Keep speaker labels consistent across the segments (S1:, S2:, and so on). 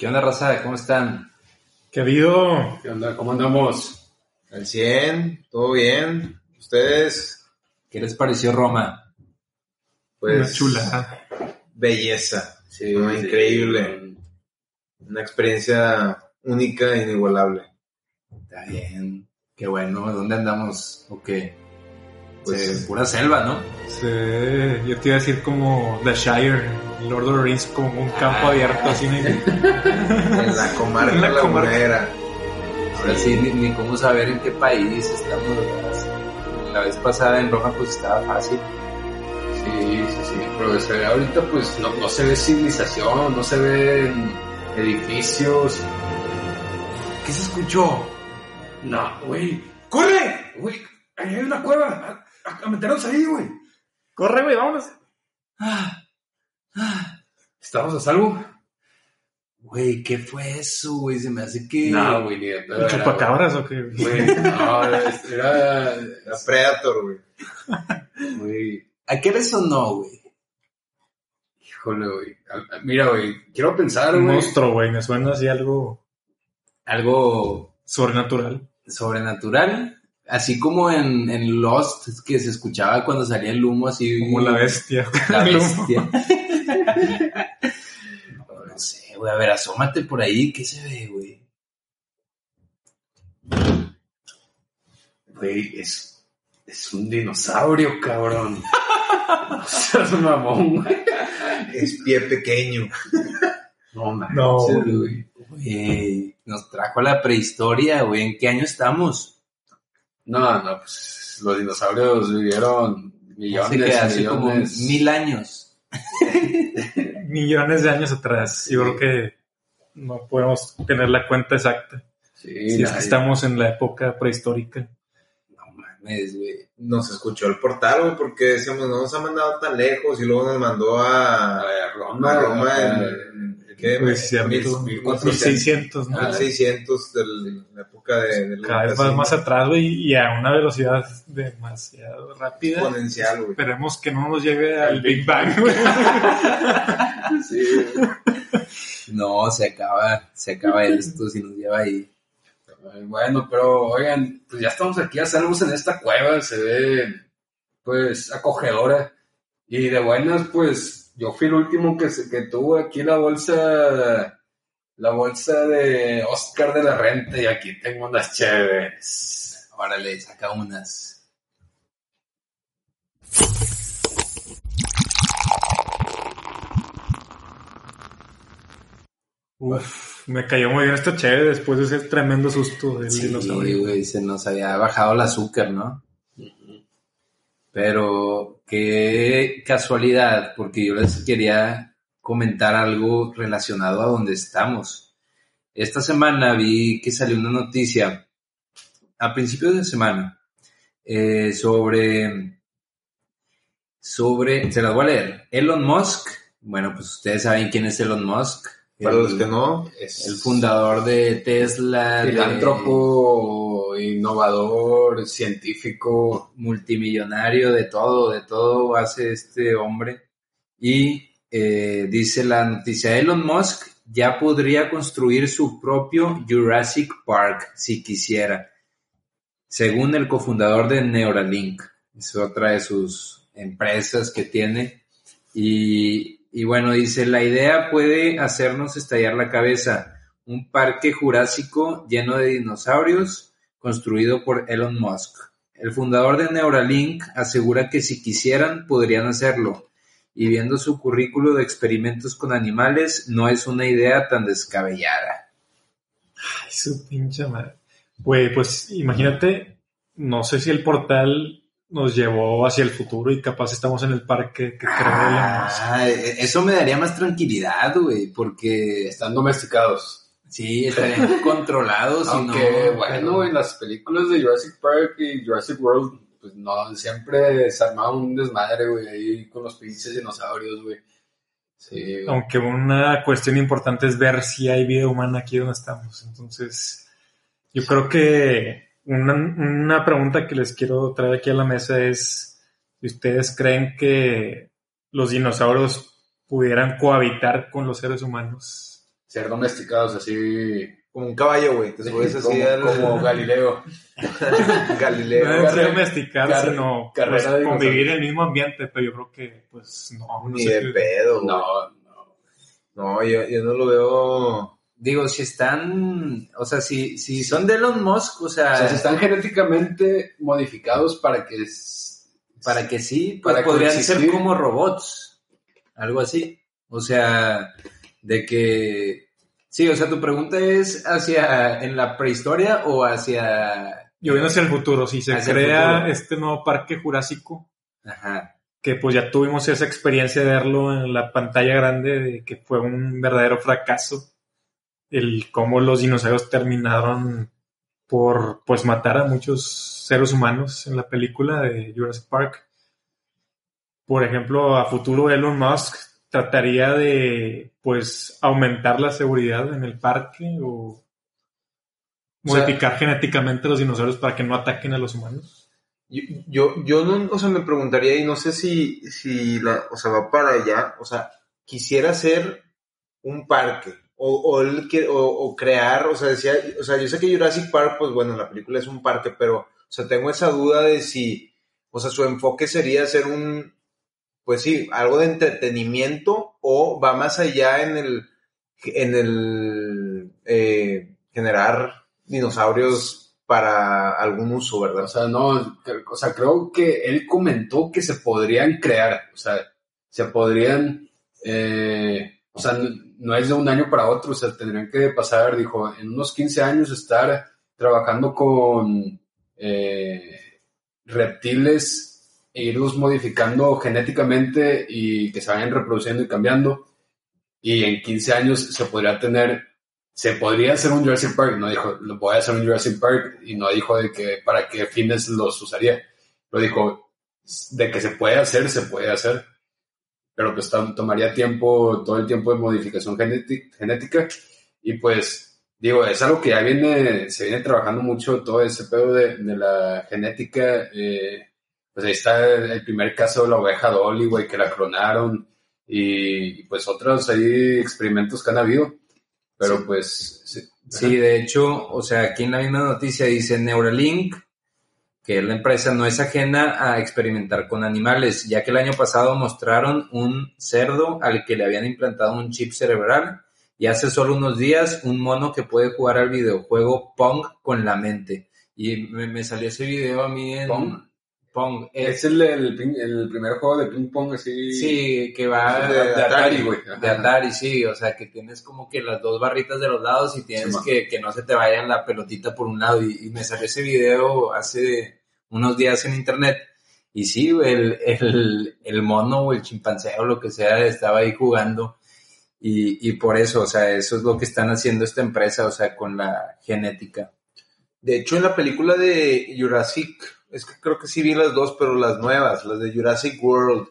S1: ¿Qué onda, raza? ¿Cómo están?
S2: ¿Qué ha habido?
S3: ¿Qué onda? ¿Cómo andamos?
S4: Al 100, todo bien. ¿Ustedes?
S1: ¿Qué les pareció Roma?
S4: Pues
S2: Una chulada.
S4: belleza,
S3: Sí,
S4: ¿no? Increíble. Una experiencia única e inigualable.
S1: Está bien. Qué bueno. ¿Dónde andamos? ¿O qué?
S4: Pues
S1: Pura selva, ¿no?
S2: Sí, yo te iba a decir como The Shire, Lord of the Rings, como un campo abierto así.
S4: en la comarca
S2: En la comarca.
S4: lagunera.
S1: Ahora sí, ni cómo saber en qué país estamos, ¿verdad? La vez pasada en Roma pues estaba fácil.
S3: Sí, pero ahorita pues no se ve civilización, no se ven edificios.
S1: ¿Qué se escuchó?
S3: No, güey. ¡Corre! Güey, ahí hay una cueva. A meternos ahí, güey.
S2: Corre, güey, vámonos.
S3: ¿Estamos a salvo?
S1: Güey, ¿qué fue eso, güey? Se me hace que...
S3: No, güey, ni de pedo.
S2: ¿Chupacabras o qué?
S3: Güey, no, era...
S4: La Predator, güey.
S3: Güey,
S1: ¿A qué le sonó, güey?
S3: híjole, güey. Mira, güey, quiero pensar,
S2: Un
S3: güey.
S2: monstruo, güey, me suena así algo
S1: Algo
S2: sobrenatural.
S1: sobrenatural. Así como en Lost, que se escuchaba cuando salía el humo así.
S2: Como la bestia.
S1: La
S2: El humo.
S1: bestia. No sé, güey. A ver, asómate por ahí. ¿Qué se ve, güey?
S3: Güey, es un dinosaurio, cabrón. No seas mamón, güey.
S4: Es pie pequeño.
S3: No, manches,
S2: No,
S3: güey.
S1: Güey, nos trajo a la prehistoria, güey. ¿En qué año estamos?
S3: No, pues los dinosaurios vivieron millones,
S1: Hace como
S3: millones.
S1: 1000 años.
S2: millones de años atrás. Yo creo que no podemos tener la cuenta exacta.
S3: Sí,
S2: Si es que estamos en la época prehistórica.
S1: No mames, güey.
S4: Nos escuchó el portal, güey, porque decíamos, no nos ha mandado tan lejos y luego nos mandó a Roma en ¿qué?
S2: Pues cierto, 1600, ¿no?
S4: 1600 de la época de la
S2: Cada vez vas más atrás, güey, y a una velocidad demasiado rápida.
S4: exponencial, güey.
S2: Esperemos que no nos llegue al Big Bang, güey.
S3: Sí,
S1: No, se acaba esto si nos lleva ahí.
S3: bueno, pero oigan, pues ya estamos aquí a salvos en esta cueva, se ve pues acogedora y de buenas, pues yo fui el último que tuvo aquí la bolsa de Oscar de la Renta y aquí tengo unas chéveres.
S1: Órale, saca unas.
S2: Uf, me cayó muy bien esta chévere después de ese tremendo susto del
S1: Sí,
S2: dinosaurio.
S1: güey, se nos había bajado el azúcar, ¿no? Pero qué casualidad, porque yo les quería comentar algo relacionado a donde estamos. Esta semana vi que salió una noticia a principios de semana sobre, se las voy a leer. Elon Musk, bueno, pues ustedes saben quién es Elon Musk.
S4: Para los que no,
S1: El fundador de Tesla,
S3: Filántropo, innovador, científico.
S1: multimillonario, de todo hace este hombre. Y dice la noticia, Elon Musk ya podría construir su propio Jurassic Park si quisiera, según el cofundador de Neuralink. Es otra de sus empresas que tiene. Y bueno, dice, la idea puede hacernos estallar la cabeza. Un parque jurásico lleno de dinosaurios construido por Elon Musk. El fundador de Neuralink asegura que si quisieran podrían hacerlo. Y viendo su currículo de experimentos con animales, no es una idea tan descabellada.
S2: Ay, su pinche madre. Güey, pues imagínate, no sé si el portal nos llevó hacia el futuro y capaz estamos en el parque que creó Elon Musk.
S1: Eso me daría más tranquilidad, güey, porque
S3: Están domesticados.
S1: sí, estarían controlados.
S3: Aunque,
S1: no,
S3: bueno, en las películas de Jurassic Park y Jurassic World, pues no, siempre se armaba un desmadre, güey, ahí con los pinches dinosaurios, güey. Sí, güey.
S2: Aunque una cuestión importante es ver si hay vida humana aquí donde estamos. Entonces, yo creo que una pregunta que les quiero traer aquí a la mesa es si ustedes creen que los dinosaurios pudieran cohabitar con los seres humanos.
S3: ser domesticados así.
S4: Como un caballo, güey. Te subes así
S3: como Galileo.
S4: Galileo.
S2: No es domesticar, sino pues, convivir en el mismo ambiente, pero yo creo que, pues, no.
S4: Ni de pedo, güey. No, yo no lo veo.
S1: Digo, si están, o sea, si son de Elon Musk, o sea,
S3: si están genéticamente modificados para que
S1: sí, pues podrían ser como robots, algo así. O sea, de que, sí, o sea, tu pregunta es en la prehistoria o hacia...
S2: Yo viendo hacia el futuro, si se crea este nuevo parque jurásico.
S1: Ajá.
S2: Que pues ya tuvimos esa experiencia de verlo en la pantalla grande, de que fue un verdadero fracaso. El cómo los dinosaurios terminaron por pues matar a muchos seres humanos en la película de Jurassic Park. Por ejemplo, a futuro Elon Musk trataría de pues aumentar la seguridad en el parque o modificar genéticamente los dinosaurios para que no ataquen a los humanos.
S4: Yo no, o sea, me preguntaría, y no sé si va para allá, o sea, quisiera hacer un parque. O crear, o sea, yo sé que Jurassic Park, pues bueno, la película es un parque, pero, o sea, tengo esa duda de si, o sea, su enfoque sería hacer pues sí, algo de entretenimiento o va más allá en el generar dinosaurios para algún uso, ¿verdad?
S3: O sea, creo que él comentó que se podrían crear, o sea, se podrían, o sea, no es de un año para otro, o sea, tendrían que pasar, dijo, en unos 15 años estar trabajando con reptiles e irlos modificando genéticamente y que se vayan reproduciendo y cambiando, y en 15 años se podría hacer un Jurassic Park. No dijo, lo voy a hacer un Jurassic Park, y no dijo de que para qué fines los usaría, lo dijo, de que se puede hacer, pero pues tomaría todo el tiempo de modificación genética, y pues, digo, es algo que ya se viene trabajando mucho, todo ese pedo de la genética. Pues ahí está el primer caso de la oveja Dolly, güey, que la clonaron, y pues otros ahí experimentos que han habido, pero sí. Pues...
S1: Sí, de hecho, o sea, aquí en la misma noticia dice Neuralink, que la empresa no es ajena a experimentar con animales, ya que el año pasado mostraron un cerdo al que le habían implantado un chip cerebral, y hace solo unos días un mono que puede jugar al videojuego Pong con la mente. Y me salió ese video a mí en...
S3: Pong. Es el primer juego de ping pong así.
S1: Sí, que va
S3: de Atari, güey.
S1: De Atari, sí, o sea, que tienes como que las dos barritas de los lados y tienes que no se te vaya la pelotita por un lado. Y me salió ese video hace unos días en internet. Y sí, el mono o el chimpancé o lo que sea estaba ahí jugando. Y por eso, o sea, eso es lo que están haciendo esta empresa, o sea, con la genética.
S4: De hecho, en la película de Jurassic, es que creo que sí vi las dos, pero las nuevas, las de Jurassic World,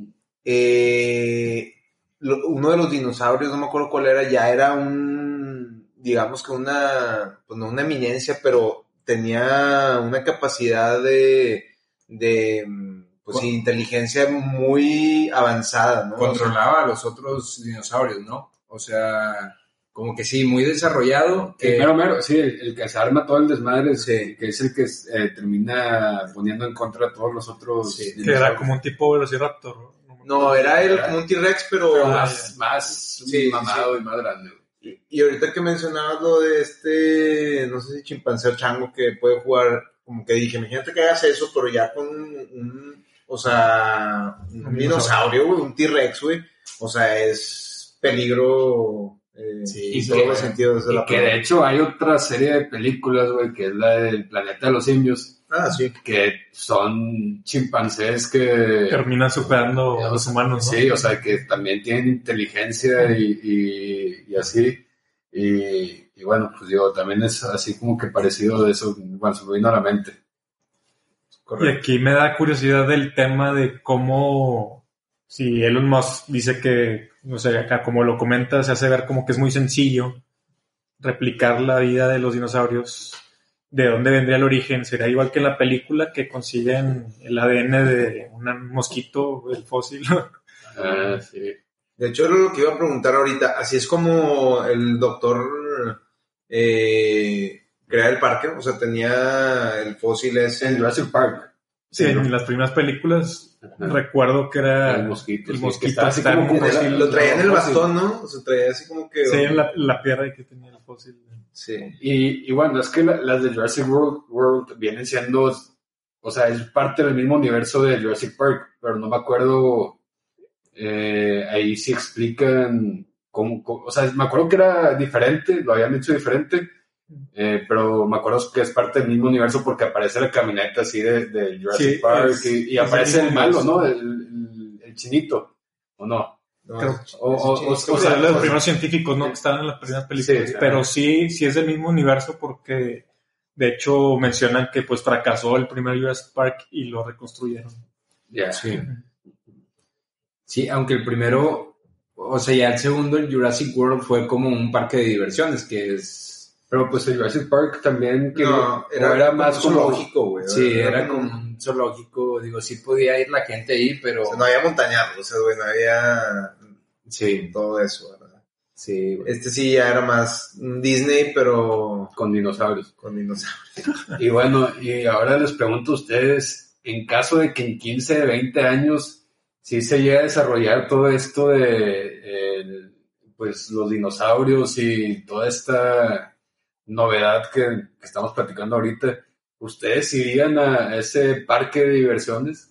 S4: uno de los dinosaurios, no me acuerdo cuál era, ya era digamos que pues no una eminencia, pero tenía una capacidad de inteligencia muy avanzada, ¿no?
S1: Controlaba a los otros dinosaurios, ¿no? O sea... como que sí, muy desarrollado.
S3: Sí, el que se arma todo el desmadre, sí, que es el que termina poniendo en contra a todos los otros.
S2: Sí, que era como un tipo Velociraptor, ¿no?
S4: No, era como un T-Rex, pero
S3: más mamado y más grande.
S4: Y ahorita que mencionabas lo de no sé si chimpancé o chango que puede jugar, como que dije, imagínate que hagas eso, pero ya con un dinosaurio, güey, un T-Rex, güey. O sea, es peligro...
S3: sí, en todos los sentidos de la película. Que de hecho hay otra serie de películas, güey, que es la del Planeta de los Simios.
S4: Ah, sí.
S3: Que son chimpancés que...
S2: terminan superando a los humanos, ¿no?
S3: Sí, o sea, que también tienen inteligencia y así. Y bueno, pues digo, también es así como que parecido de eso, bueno, se me vino a la mente.
S2: Correcto. Y aquí me da curiosidad del tema de cómo... Si Elon Musk dice que, no sé, acá como lo comenta, se hace ver como que es muy sencillo replicar la vida de los dinosaurios. ¿De dónde vendría el origen? ¿Sería igual que en la película que consiguen el ADN de un mosquito, el fósil?
S3: Sí.
S4: De hecho, era lo que iba a preguntar ahorita. Así es como el doctor crea el parque. O sea, tenía el fósil ese.
S3: En Jurassic Park.
S2: Sí, en las primeras películas recuerdo que era
S3: El mosquito.
S2: el
S3: sí,
S2: mosquito
S3: que estaba así
S2: está
S3: como
S2: en un
S3: que
S2: fósil.
S4: Lo traía en el
S3: fósil.
S4: bastón, ¿no? O sea, traía así como que...
S2: Sí, en la piedra que tenía el fósil.
S4: Sí.
S3: Y bueno, es que las de Jurassic World vienen siendo, o sea, es parte del mismo universo de Jurassic Park, pero no me acuerdo, ahí sí explican o sea, me acuerdo que era diferente, lo habían hecho diferente, pero me acuerdo que es parte del mismo universo porque aparece la camioneta así de Jurassic
S2: Sí,
S3: Park y
S2: es
S3: aparece
S2: el
S3: el
S2: mismo
S3: malo, ¿no?
S2: universo.
S3: El chinito, ¿o no?
S4: No,
S2: Creo-
S3: o
S2: O sea, los primeros científicos, ¿no? Que estaban en las primeras películas.
S3: Sí,
S2: pero
S3: ajá.
S2: sí es del mismo universo porque, de hecho, mencionan que pues fracasó el primer Jurassic Park y lo reconstruyeron.
S3: Ya.
S1: Sí. Sí, aunque el primero, o sea, ya el segundo, el Jurassic World, fue como un parque de diversiones, que es...
S3: Pero pues el Jurassic Park también
S4: no,
S3: era más
S4: como
S3: como
S4: zoológico, güey.
S1: Sí, era como un zoológico, digo, sí podía ir la gente ahí, pero...
S4: O sea, no había montañados, o sea, güey, no había
S1: Sí,
S4: todo eso, ¿verdad?
S1: sí, güey.
S4: Este sí ya era más Disney, pero
S3: con dinosaurios.
S4: con dinosaurios.
S3: Y bueno, y ahora les pregunto a ustedes, en caso de que en 15, 20 años sí se llegue a desarrollar todo esto de pues los dinosaurios y toda esta novedad que estamos platicando ahorita, ¿ustedes irían a ese parque de diversiones?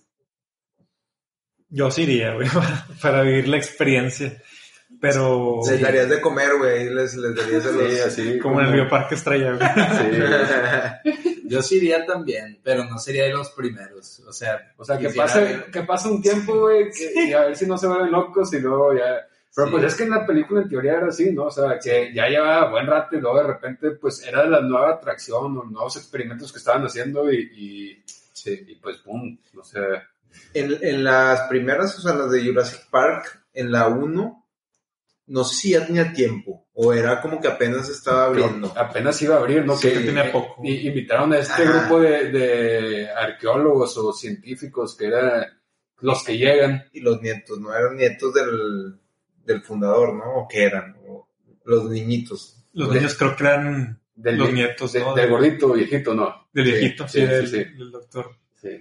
S2: Yo sí iría, güey, para vivir la experiencia. Pero
S4: Les darías de comer, güey, les darías a los...
S3: Sí, así
S2: como en el Bioparque Estrella, güey.
S3: Sí.
S1: Yo sí iría también, pero no sería de los primeros, o sea...
S3: O sea, que
S1: quisiera
S3: pase un tiempo, güey, y a ver si no se vuelven locos y luego ya... Pero
S1: Sí.
S3: pues es que en la película en teoría era así, ¿no? O sea, que ya llevaba buen rato y luego de repente pues era la nueva atracción o nuevos experimentos que estaban haciendo y pues pum, o sea...
S4: En las primeras, o sea, las de Jurassic Park, en la 1, no sé si ya tenía tiempo, o era como que apenas estaba abriendo.
S3: Apenas iba a abrir, ¿no?
S2: Sí,
S3: que
S2: tenía poco.
S3: Y invitaron a este
S4: Ajá.
S3: grupo de arqueólogos o científicos que eran los que llegan.
S4: Y los nietos, ¿no? Eran nietos del fundador, ¿no? ¿O qué eran? O los niñitos.
S2: Los niños creo que eran los nietos, ¿no?
S3: Del gordito viejito, ¿no?
S2: Del
S3: Sí,
S2: viejito,
S3: sí,
S2: sí,
S3: sí.
S2: del doctor.
S3: Sí.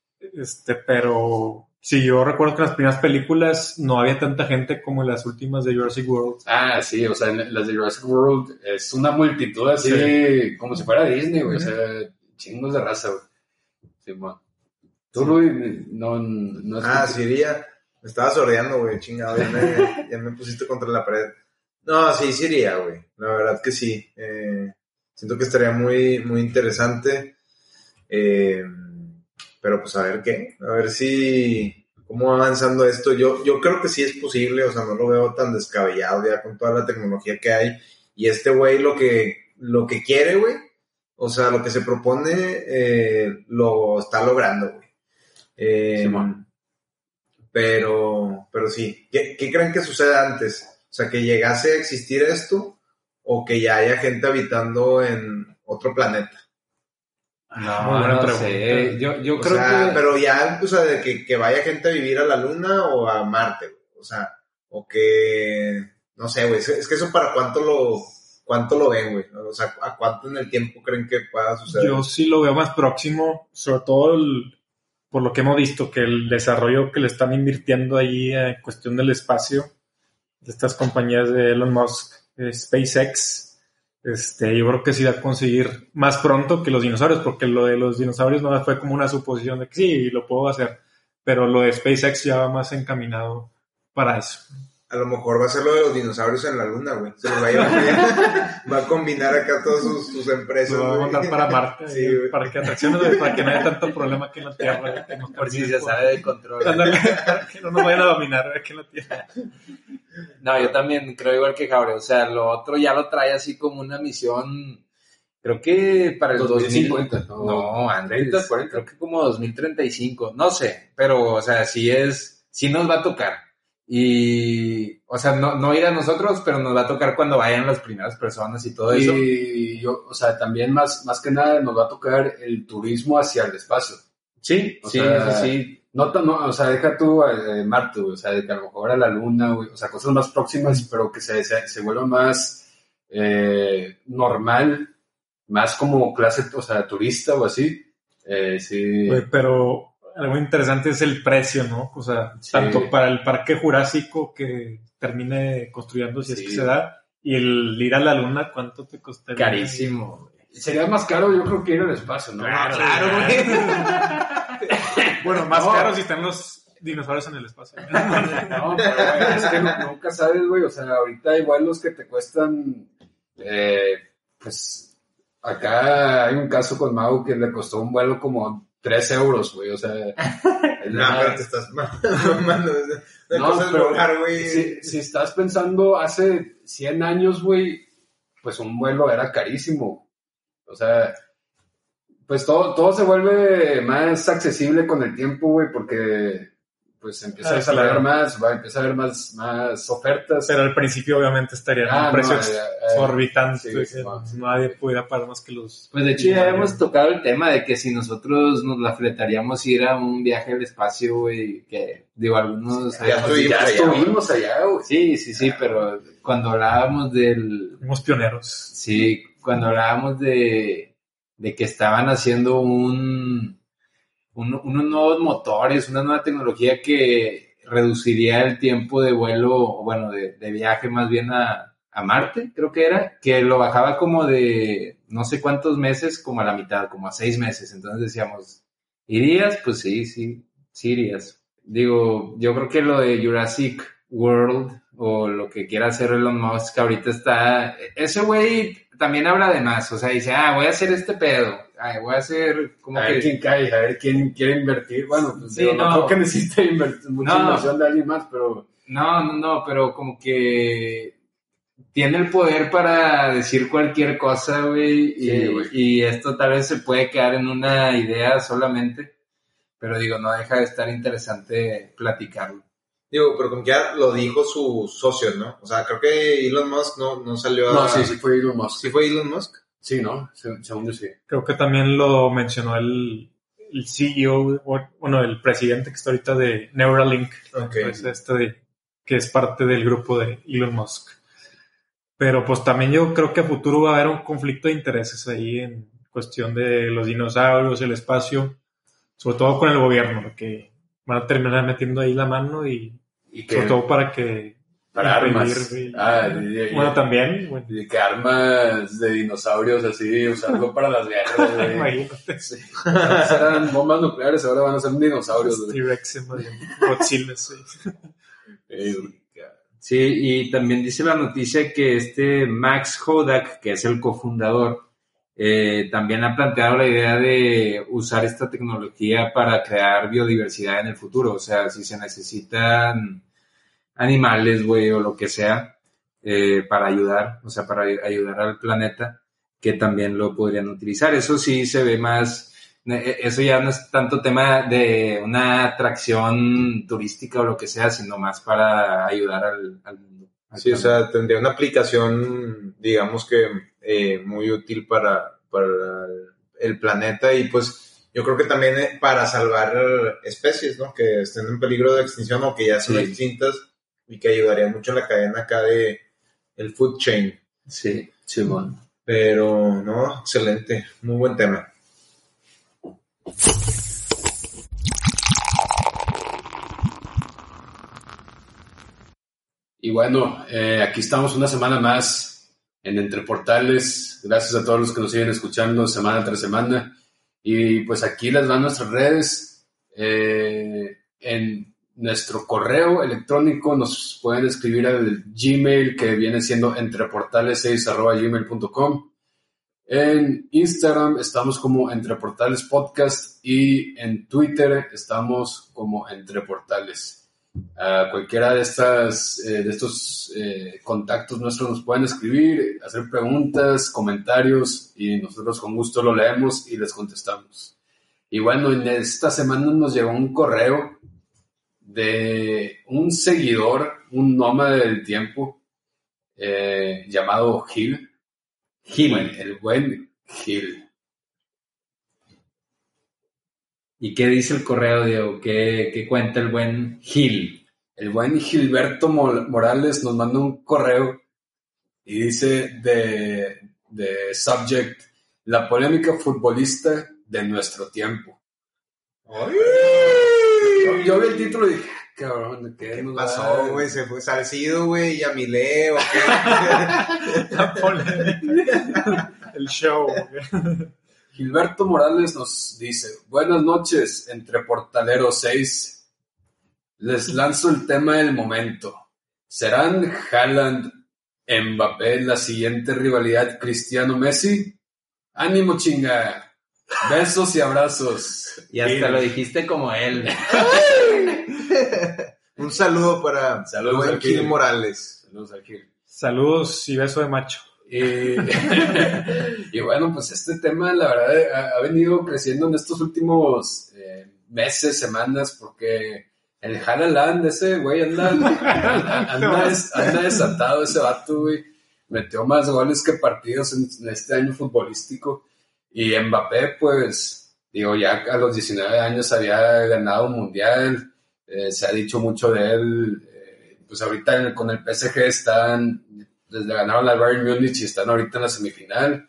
S2: Pero sí, yo recuerdo que en las primeras películas no había tanta gente como en las últimas de Jurassic World.
S3: Ah, sí, o sea, en las de Jurassic World es una multitud así,
S2: Sí.
S3: como si fuera Disney, güey, o sea, chingos de raza, güey. Sí, bueno. Tú, Luis, no es
S4: Sí iría. Me estaba sordeando, güey, chingado. Ya me pusiste contra la pared. No, sí iría, güey. La verdad que sí. Siento que estaría muy, muy interesante. Pero pues a ver qué. A ver si... ¿Cómo va avanzando esto? Yo creo que sí es posible. O sea, no lo veo tan descabellado ya con toda la tecnología que hay. Y este güey lo que quiere, güey. O sea, lo que se propone lo está logrando, güey. Pero sí. ¿Qué creen que suceda antes? O sea, que llegase a existir esto o que ya haya gente habitando en otro planeta.
S2: Muy
S1: No,
S2: buena
S1: no
S2: pregunta.
S1: sé, yo
S4: O
S1: creo
S4: sea,
S1: que...
S4: pero ya, o sea, de que vaya gente a vivir a la Luna o a Marte, güey. O sea, o que, no sé, güey, es que eso para cuánto lo ven, güey. O sea, ¿a cuánto en el tiempo creen que pueda suceder?
S2: Yo sí lo veo más próximo, sobre todo por lo que hemos visto, que el desarrollo que le están invirtiendo ahí en cuestión del espacio, de estas compañías de Elon Musk, SpaceX, yo creo que sí va a conseguir más pronto que los dinosaurios, porque lo de los dinosaurios no fue como una suposición de que sí, lo puedo hacer, pero lo de SpaceX ya va más encaminado para eso.
S4: A lo mejor va a ser lo de los dinosaurios en la Luna, güey. Se los va a llevar, va a combinar acá todas sus empresas.
S2: Lo va a
S4: güey.
S2: mandar para Marte,
S4: Sí, güey.
S2: para que atracciones, güey, para que no haya tanto problema aquí en la Tierra. Que nos
S1: Por si se
S2: persiguen
S1: sale de control.
S2: Ándale, para que no nos vayan a dominar aquí en la Tierra.
S1: No, yo también creo igual que Jabre, o sea, lo otro ya lo trae así como una misión, creo que para el
S3: 2050,
S1: no, antes,
S3: 30, 40.
S1: creo que como 2035, no sé, pero, o sea, sí nos va a tocar. Y, o sea, no ir a nosotros, pero nos va a tocar cuando vayan las primeras personas y todo eso.
S3: Y yo, o sea, también más que nada nos va a tocar el turismo hacia el espacio.
S1: Sí,
S3: O
S1: sí,
S3: sea,
S1: sí.
S3: No, o sea, deja tú Marte, güey, o sea, de que a lo mejor a la Luna, güey, o sea, cosas más próximas, pero que se vuelva más normal, más como clase, o sea, turista o así. Sí.
S2: Güey, pero algo interesante es el precio, ¿no? O sea,
S3: Sí.
S2: tanto para el parque jurásico que termine construyendo, si es
S3: Sí.
S2: que se da, y el ir a la luna, ¿cuánto te costaría?
S1: Carísimo, güey.
S3: Sería más caro, yo creo, que ir al espacio, ¿no?
S4: Claro, güey.
S2: Bueno, más
S3: No.
S2: caro si están los dinosaurios en el espacio.
S3: No, pero güey, es que nunca sabes, güey. O sea, ahorita igual los que te cuestan, pues, acá hay un caso con Mau que le costó un vuelo como 3 euros, güey. O sea,
S4: No, pero te estás mamando. Una cosa es
S3: pero
S4: volar, güey.
S3: si estás pensando hace 100 años, güey, pues un vuelo era carísimo. O sea, pues todo se vuelve más accesible con el tiempo, güey, porque pues empieza a desarrollar más, empieza a haber más ofertas.
S2: Pero al principio obviamente estaría en un precio exorbitante.
S3: Sí,
S2: nadie pudiera pagar más que los...
S1: Pues de hecho ya hemos tocado el tema de que si nosotros nos la fletaríamos ir a un viaje al espacio, güey, que digo, algunos...
S3: Ya estuvimos allá, güey.
S1: Sí, pero cuando hablábamos del...
S2: Fuimos pioneros.
S1: Sí, cuando hablábamos de que estaban haciendo unos nuevos motores, una nueva tecnología que reduciría el tiempo de vuelo, bueno, de viaje más bien a Marte, creo que era, que lo bajaba como de no sé cuántos meses, como a la mitad, como a 6 meses. Entonces decíamos, ¿irías? Pues sí irías. Digo, yo creo que lo de Jurassic World o lo que quiera hacer Elon Musk ahorita está... Ese güey también habla de más, o sea, dice, voy a hacer este pedo, voy a hacer como
S3: a
S1: que...
S3: ver quién cae, a ver quién quiere invertir. Bueno, pues
S1: sí,
S3: no creo que necesite mucha inversión de alguien más, pero...
S1: No, pero como que tiene el poder para decir cualquier cosa, güey, y esto tal vez se puede quedar en una idea solamente, pero digo, no deja de estar interesante platicarlo.
S4: Digo, pero como que ya lo dijo su socio, ¿no? O sea, creo que Elon Musk no salió a...
S3: No, sí fue Elon Musk.
S4: ¿Sí fue Elon Musk?
S3: Sí, ¿no? Según yo sí.
S2: Creo que también lo mencionó el CEO, bueno, el presidente que está ahorita de Neuralink,
S4: Okay.
S2: que es parte del grupo de Elon Musk. Pero pues también yo creo que a futuro va a haber un conflicto de intereses ahí en cuestión de los dinosaurios, el espacio, sobre todo con el gobierno, porque van a terminar metiendo ahí la mano y sobre todo para
S3: armas.
S2: Bueno, también. Bueno.
S3: Y que armas de dinosaurios así, usarlo para las guerras, güey.
S2: Imagínate.
S3: Sí. Eran bombas nucleares, ahora van a ser dinosaurios, güey.
S2: T-Rex, Godzilla, sí.
S1: Sí, y también dice la noticia que Max Hodak, que es el cofundador, también ha planteado la idea de usar esta tecnología para crear biodiversidad en el futuro. O sea, si se necesitan animales, güey, o lo que sea, para ayudar, o sea, para ayudar al planeta, que también lo podrían utilizar. Eso sí se ve más, eso ya no es tanto tema de una atracción turística o lo que sea, sino más para ayudar al mundo.
S4: Sí, planeta. O sea, tendría una aplicación, digamos que muy útil para el planeta y pues yo creo que también para salvar especies, ¿no? Que estén en peligro de extinción o que ya son extintas y que ayudarían mucho en la cadena acá de el food chain.
S1: Sí, bueno.
S4: Pero, no, excelente, muy buen tema.
S3: Y bueno, aquí estamos una semana más en Entre Portales. Gracias a todos los que nos siguen escuchando semana tras semana. Y pues aquí les van nuestras redes. En nuestro correo electrónico nos pueden escribir al Gmail, que viene siendo entreportales6@gmail.com. En Instagram estamos como Entre Portales Podcast y en Twitter estamos como Entre Portales. Cualquiera de estos contactos nuestros nos pueden escribir, hacer preguntas, comentarios y nosotros con gusto lo leemos y les contestamos. Y bueno, en esta semana nos llegó un correo de un seguidor, un nómada del tiempo llamado Gil. El buen Gil.
S1: ¿Y qué dice el correo, Diego? ¿Qué cuenta el buen Gil?
S3: El buen Gilberto Morales nos manda un correo y dice de subject, la polémica futbolista de nuestro tiempo.
S4: ¡Ay!
S3: Yo vi el título y dije, cabrón, ¿qué nos
S4: pasó,
S3: va?
S4: güey? ¿Se fue Salcido, güey? ¿Y Amilé o qué?
S2: La polémica. El show.
S3: Gilberto Morales nos dice, buenas noches, entre Portaleros 6. Les lanzo el tema del momento. ¿Serán Haaland, Mbappé la siguiente rivalidad Cristiano-Messi? ¡Ánimo, chinga! Besos y abrazos.
S1: Y hasta lo dijiste como él.
S4: Un saludo para
S3: Saludos
S4: el buen
S3: al Gil.
S4: Gil Morales.
S3: Saludos al Gil.
S2: Saludos y beso de macho.
S3: Y bueno, pues este tema la verdad ha venido creciendo en estos últimos meses, semanas, porque el Haaland, ese güey anda desatado ese vato, güey. Metió más goles que partidos en este año futbolístico. Y Mbappé, pues, digo, ya a los 19 años había ganado un mundial. Se ha dicho mucho de él. Pues ahorita con el PSG están, desde ganaron al Bayern Múnich y están ahorita en la semifinal.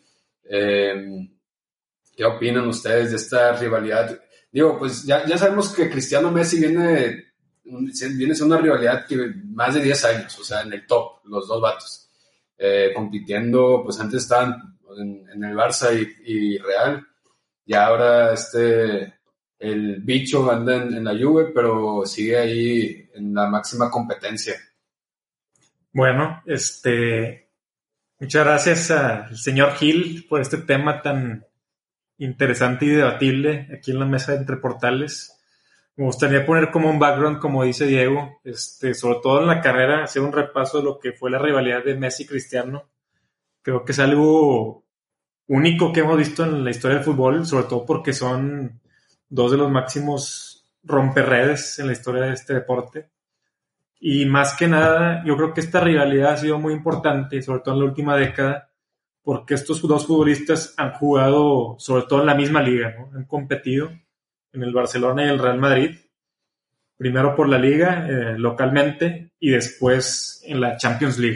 S3: ¿Qué opinan ustedes de esta rivalidad? Digo, pues ya sabemos que Cristiano Messi viene siendo una rivalidad que más de 10 años, o sea, en el top, los dos vatos. Compitiendo, pues antes estaban en el Barça y Real, y ahora el bicho anda en la Juve, pero sigue ahí en la máxima competencia.
S2: Bueno, muchas gracias al señor Gil por este tema tan interesante y debatible aquí en la mesa de Entre Portales. Me gustaría poner como un background, como dice Diego, sobre todo en la carrera, hacer un repaso de lo que fue la rivalidad de Messi y Cristiano. Creo que es algo único que hemos visto en la historia del fútbol, sobre todo porque son dos de los máximos romperredes en la historia de este deporte. Y más que nada, yo creo que esta rivalidad ha sido muy importante, sobre todo en la última década, porque estos dos futbolistas han jugado, sobre todo en la misma liga, ¿no? Han competido en el Barcelona y el Real Madrid, primero por la liga localmente y después en la Champions League.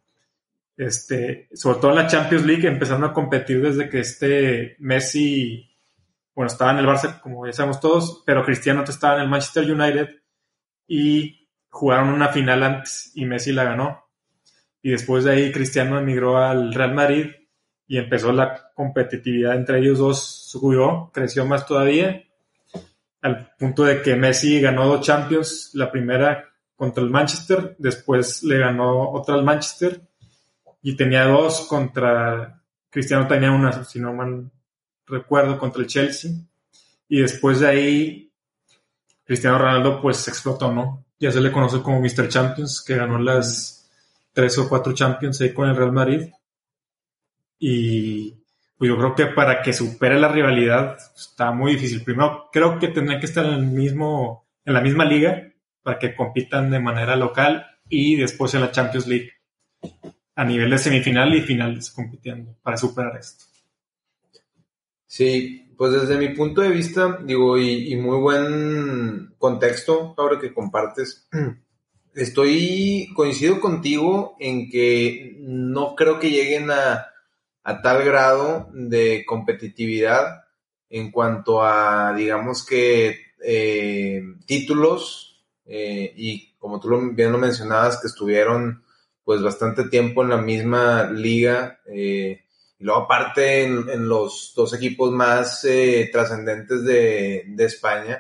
S2: Sobre todo en la Champions League empezaron a competir desde que Messi, bueno, estaba en el Barça, como ya sabemos todos, pero Cristiano estaba en el Manchester United y jugaron una final antes y Messi la ganó. Y después de ahí Cristiano emigró al Real Madrid y empezó la competitividad entre ellos dos, subió, creció más todavía, al punto de que Messi ganó 2 Champions, la primera contra el Manchester, después le ganó otra al Manchester y tenía 2 contra, Cristiano tenía una, si no mal recuerdo, contra el Chelsea, y después de ahí Cristiano Ronaldo pues explotó, ¿no? Ya se le conoce como Mr. Champions, que ganó las 3 o 4 Champions ahí con el Real Madrid. Y pues yo creo que para que supere la rivalidad está muy difícil. Primero, creo que tendría que estar en la misma liga para que compitan de manera local y después en la Champions League a nivel de semifinal y finales compitiendo para superar esto.
S4: Sí, pues desde mi punto de vista, digo, y muy buen contexto, ahora que compartes, coincido contigo en que no creo que lleguen a tal grado de competitividad en cuanto a, digamos que, títulos, y como tú bien lo mencionabas, que estuvieron pues bastante tiempo en la misma liga, y luego aparte en los 2 equipos más trascendentes de España,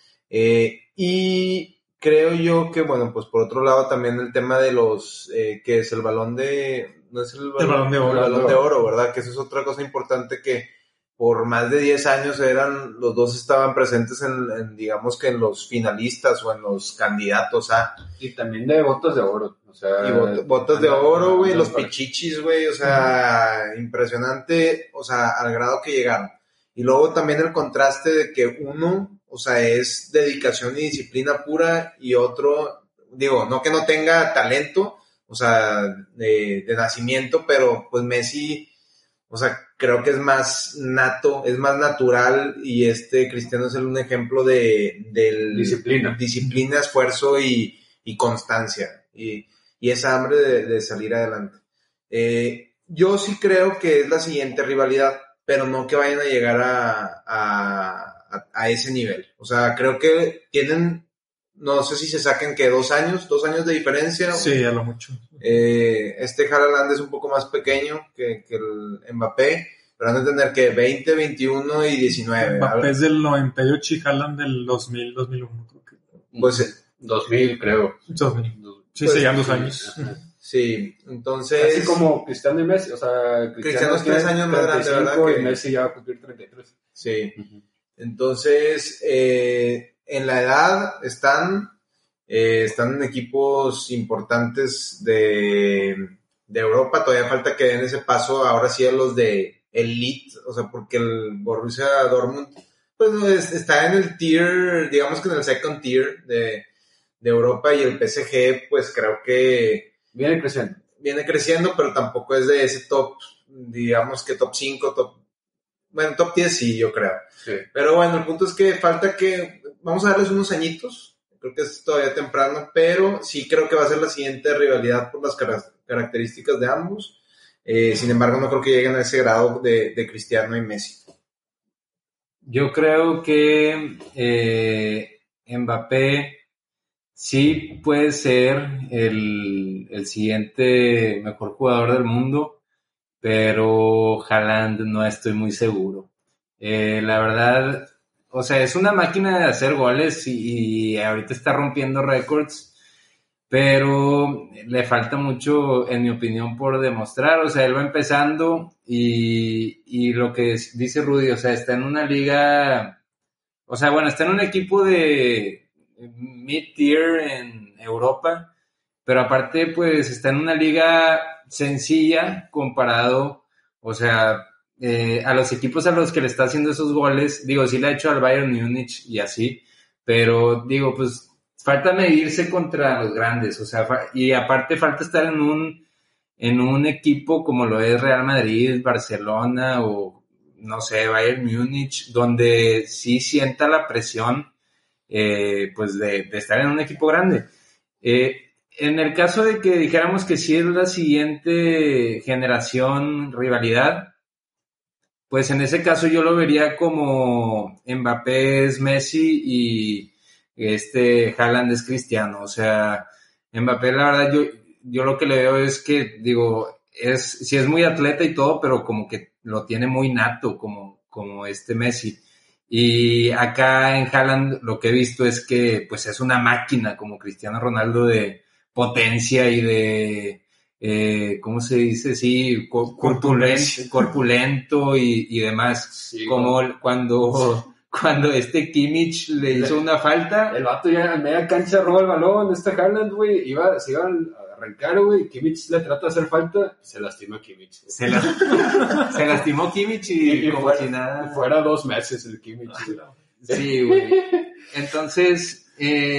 S4: y creo yo que, bueno, pues por otro lado también el tema de los, que es el balón de, no es el balón
S2: de oro.
S4: El balón de oro, ¿verdad? Que eso es otra cosa importante, que por más de 10 años los dos estaban presentes en digamos que en los finalistas o en los candidatos a...
S3: Y también de botas de oro, o sea...
S4: Y botas de oro, güey, los pichichis, güey, o sea, impresionante, o sea, al grado que llegaron. Y luego también el contraste de que uno, o sea, es dedicación y disciplina pura, y otro, digo, no que no tenga talento, o sea, de nacimiento, pero pues Messi, O sea, creo que es más nato, es más natural y Cristiano es un ejemplo del disciplina, esfuerzo y constancia y esa hambre de salir adelante. Yo sí creo que es la siguiente rivalidad, pero no que vayan a llegar a ese nivel. O sea, creo que tienen, no sé si se saquen que 2 años de diferencia.
S2: Sí, a lo mucho.
S4: Haaland es un poco más pequeño que el Mbappé, pero han de tener que 20, 21 y 19.
S2: Mbappé es del 98 y Haaland del 2000, 2001, creo que.
S4: Pues
S3: 2000, creo.
S2: 2000. Sí,
S4: pues,
S2: serían 2 años.
S4: Sí, entonces...
S3: Así como Cristiano y Messi, o sea,
S4: Cristiano es 3 años más grande, ¿verdad?
S3: Y Messi ya va a cumplir 33.
S4: Sí, entonces, en la edad están en equipos importantes de Europa, todavía falta que den ese paso, ahora sí a los de Elite, o sea, porque el Borussia Dortmund, pues está en el tier, digamos que en el second tier de Europa, y el PSG, pues creo que
S3: viene creciendo,
S4: pero tampoco es de ese top, digamos que top 5, top 10 sí, yo creo.
S3: Sí.
S4: Pero bueno, el punto es que falta que, vamos a darles unos añitos, creo que es todavía temprano, pero sí creo que va a ser la siguiente rivalidad por las características de ambos. Sin embargo, no creo que lleguen a ese grado de Cristiano y Messi.
S1: Yo creo que Mbappé sí puede ser el siguiente mejor jugador del mundo, pero Haaland no estoy muy seguro. La verdad, o sea, es una máquina de hacer goles y ahorita está rompiendo récords, pero le falta mucho, en mi opinión, por demostrar. O sea, él va empezando y lo que dice Rudy, o sea, está en una liga, o sea, bueno, está en un equipo de mid-tier en Europa, pero aparte, pues, está en una liga sencilla comparado, o sea, a los equipos a los que le está haciendo esos goles. Digo, sí le ha hecho al Bayern Múnich y así, pero digo, pues, falta medirse contra los grandes, o sea, y aparte falta estar en un equipo como lo es Real Madrid, Barcelona o, no sé, Bayern Múnich, donde sí sienta la presión, pues, de estar en un equipo grande. En el caso de que dijéramos que sí es la siguiente generación rivalidad, pues en ese caso yo lo vería como Mbappé es Messi y Haaland es Cristiano. O sea, Mbappé, la verdad, yo lo que le veo es que, digo, sí es muy atleta y todo, pero como que lo tiene muy nato, como Messi. Y acá en Haaland lo que he visto es que pues es una máquina como Cristiano Ronaldo de potencia y de ¿cómo se dice? Sí, corpulento y demás.
S3: Sí,
S1: como cuando Kimmich le hizo una falta.
S3: El vato ya en media cancha roba el balón, Haaland, güey, se iba a arrancar, güey, Kimmich le trata de hacer falta, se lastima Kimmich.
S1: Se lastimó Kimmich y como
S3: fuera,
S1: si nada.
S3: Fuera 2 meses el Kimmich.
S1: Sí, güey. Entonces,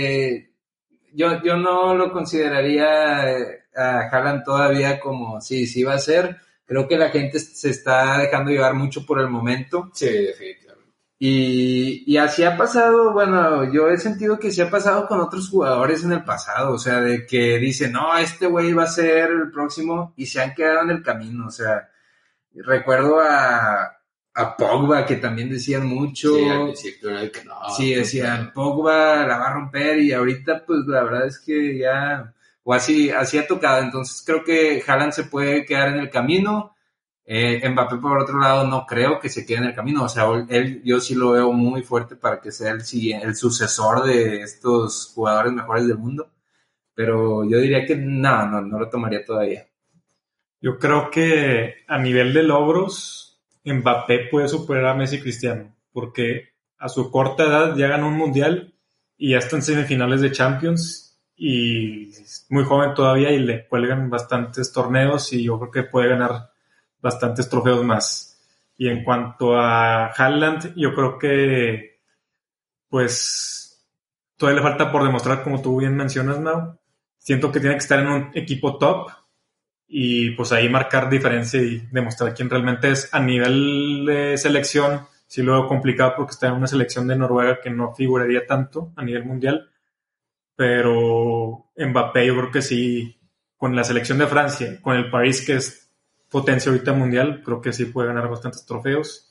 S1: yo no lo consideraría a Haaland todavía como, sí va a ser. Creo que la gente se está dejando llevar mucho por el momento.
S3: Sí, definitivamente.
S1: Y así ha pasado, bueno, yo he sentido que sí ha pasado con otros jugadores en el pasado, o sea, de que dicen, no, este güey va a ser el próximo, y se han quedado en el camino. O sea, recuerdo a Pogba, que también decían mucho.
S3: Sí, al principio era que no.
S1: Sí, decían, Pogba la va a romper, y ahorita pues la verdad es que ya, o así ha tocado. Entonces creo que Haaland se puede quedar en el camino. Mbappé, por otro lado, no creo que se quede en el camino. O sea, yo sí lo veo muy fuerte para que sea el sucesor de estos jugadores mejores del mundo. Pero yo diría que no lo tomaría todavía.
S2: Yo creo que a nivel de logros, Mbappé puede superar a Messi y Cristiano, porque a su corta edad ya ganó un mundial y ya está en semifinales de Champions y es muy joven todavía y le cuelgan bastantes torneos y yo creo que puede ganar bastantes trofeos más. Y en cuanto a Haaland, yo creo que pues todavía le falta por demostrar, como tú bien mencionas, Mau. Siento que tiene que estar en un equipo top y pues ahí marcar diferencia y demostrar quién realmente es. A nivel de selección, sí lo veo complicado porque está en una selección de Noruega que no figuraría tanto a nivel mundial, pero Mbappé yo creo que sí, con la selección de Francia, con el París que es potencia ahorita mundial, creo que sí puede ganar bastantes trofeos.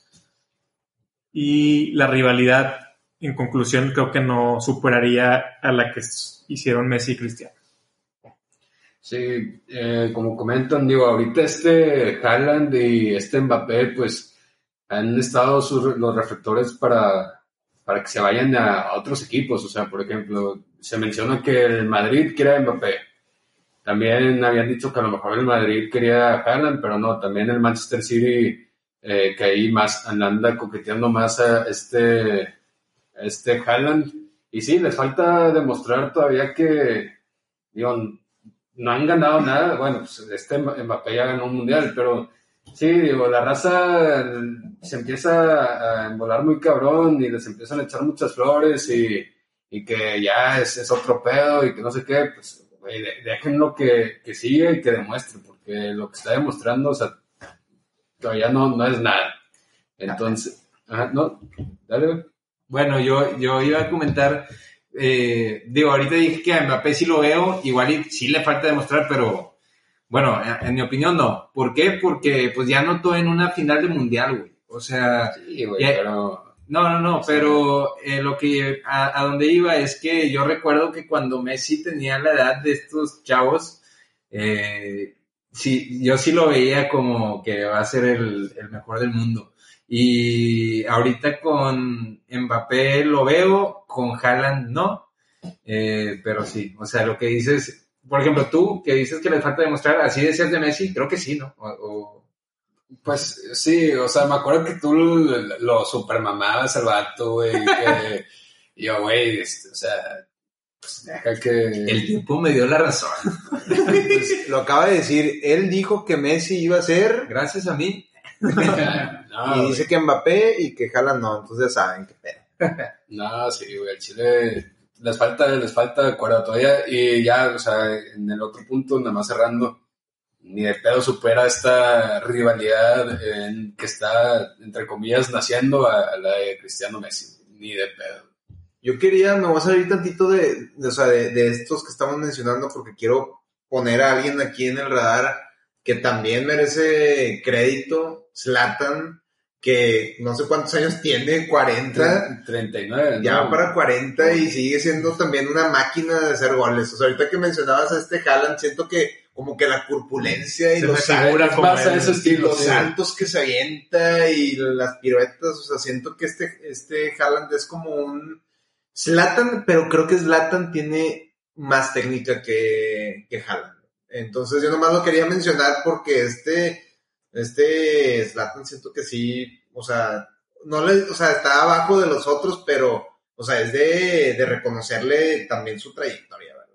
S2: Y la rivalidad, en conclusión, creo que no superaría a la que hicieron Messi y Cristiano.
S3: Sí, como comentan, digo, ahorita Haaland y Mbappé, pues han estado los reflectores para que se vayan a otros equipos. O sea, por ejemplo, se menciona que el Madrid quiere a Mbappé. También habían dicho que a lo mejor el Madrid quería a Haaland, pero no, también el Manchester City, que ahí más anda coqueteando más a Haaland. Y sí, les falta demostrar todavía que, digo, no han ganado nada. Bueno, pues Mbappé ya ganó un mundial, pero sí, digo, la raza se empieza a embolar muy cabrón y les empiezan a echar muchas flores y que ya es otro pedo y que no sé qué, pues, güey, déjenlo que siga y que demuestre, porque lo que está demostrando, o sea, todavía no es nada. Entonces, ajá, no, dale, güey.
S1: Bueno, yo iba a comentar, digo, ahorita dije que a Mbappé sí lo veo, igual y sí le falta demostrar, pero bueno, en mi opinión no. ¿Por qué? Porque pues ya anotó en una final de mundial, güey. O sea,
S3: Sí, güey,
S1: ya,
S3: pero...
S1: no, pero lo que a donde iba es que yo recuerdo que cuando Messi tenía la edad de estos chavos, sí, yo sí lo veía como que va a ser el mejor del mundo. Y ahorita con Mbappé lo veo, con Haaland no, pero sí, o sea, lo que dices, por ejemplo, tú que dices que le falta demostrar, así decías de Messi, creo que sí, ¿no?
S3: Pues sí, o sea, me acuerdo que tú lo supermamabas al vato, güey, que yo, güey, o sea, pues deja que...
S1: El tiempo me dio la razón.
S4: Pues, lo acaba de decir, él dijo que Messi iba a ser,
S1: Gracias a mí.
S3: No,
S4: y dice que Mbappé y que Haaland no, entonces ya saben qué pedo.
S3: no, sí, güey, al Chile les falta de acuerdo todavía y ya, o sea, en el otro punto, nada más cerrando, ni de pedo supera esta rivalidad que está, entre comillas, naciendo a la de Cristiano Messi, ni de pedo.
S4: Yo me voy a salir tantito de estos que estamos mencionando porque quiero poner a alguien aquí en el radar que también merece crédito, Zlatan, que no sé cuántos años tiene, 40,
S3: 39,
S4: ya
S3: ¿no?
S4: para 40 y sigue siendo también una máquina de hacer goles. O sea, ahorita que mencionabas a Haaland, siento que como que la corpulencia y
S2: Se
S4: los
S2: me figura como
S3: más a
S2: él.
S3: ese estilo,
S4: los
S3: sí.
S4: saltos que se avienta y las piruetas, o sea, siento que este Haaland es como un Zlatan, pero creo que Zlatan tiene más técnica que Haaland. Entonces yo nomás lo quería mencionar porque este Zlatan siento que sí, o sea, está abajo de los otros, pero, o sea, es de reconocerle también su trayectoria, ¿verdad?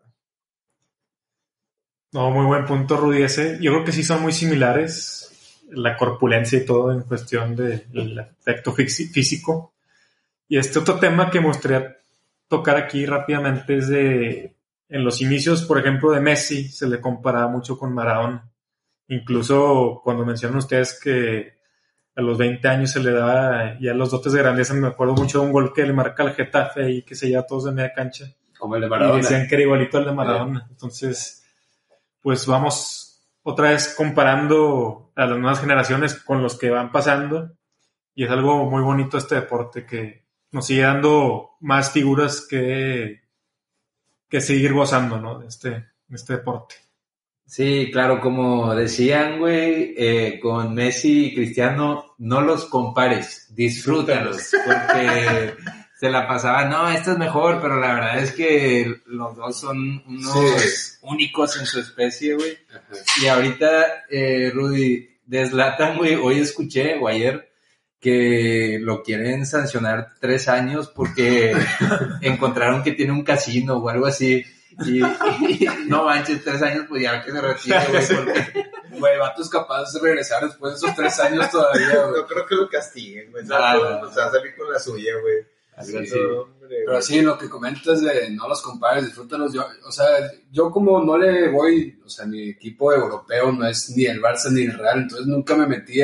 S2: No, muy buen punto, Rudy, ese. Yo creo que sí son muy similares, la corpulencia y todo en cuestión del aspecto físico. Y este otro tema que me gustaría tocar aquí rápidamente es en los inicios, por ejemplo, de Messi, se le comparaba mucho con Maradona. Incluso cuando mencionan ustedes que a los 20 años se le daba ya los dotes de grandeza, me acuerdo mucho de un gol que le marca al Getafe y que se lleva a todos de media cancha.
S3: Como el de Maradona.
S2: Y decían que era igualito al de Maradona. Entonces, pues vamos otra vez comparando a las nuevas generaciones con los que van pasando. Y es algo muy bonito este deporte que nos sigue dando más figuras que seguir gozando, ¿no? De este deporte.
S1: Sí, claro, como decían, güey, con Messi y Cristiano, no los compares, disfrútalos, porque se la pasaban, no, este es mejor, pero la verdad es que los dos son unos únicos en su especie, güey. Y ahorita, Rudy, de Zlatan, güey, hoy escuché, o ayer, que lo quieren sancionar 3 años porque encontraron que tiene un casino o algo así. Y no manches, 3 años, pues ya que se retire, güey, porque...
S3: Güey, vato es capaz de regresar después de esos 3 años todavía, güey.
S4: No creo que lo castiguen, güey.
S1: No.
S4: O sea, salir con la suya, güey.
S3: Así,
S4: Sí,
S3: sí.
S4: hombre.
S3: Pero sí, lo que comentas de no los compares, disfrútalos. Yo como no le voy, o sea, mi equipo europeo no es ni el Barça ni el Real, entonces nunca me metí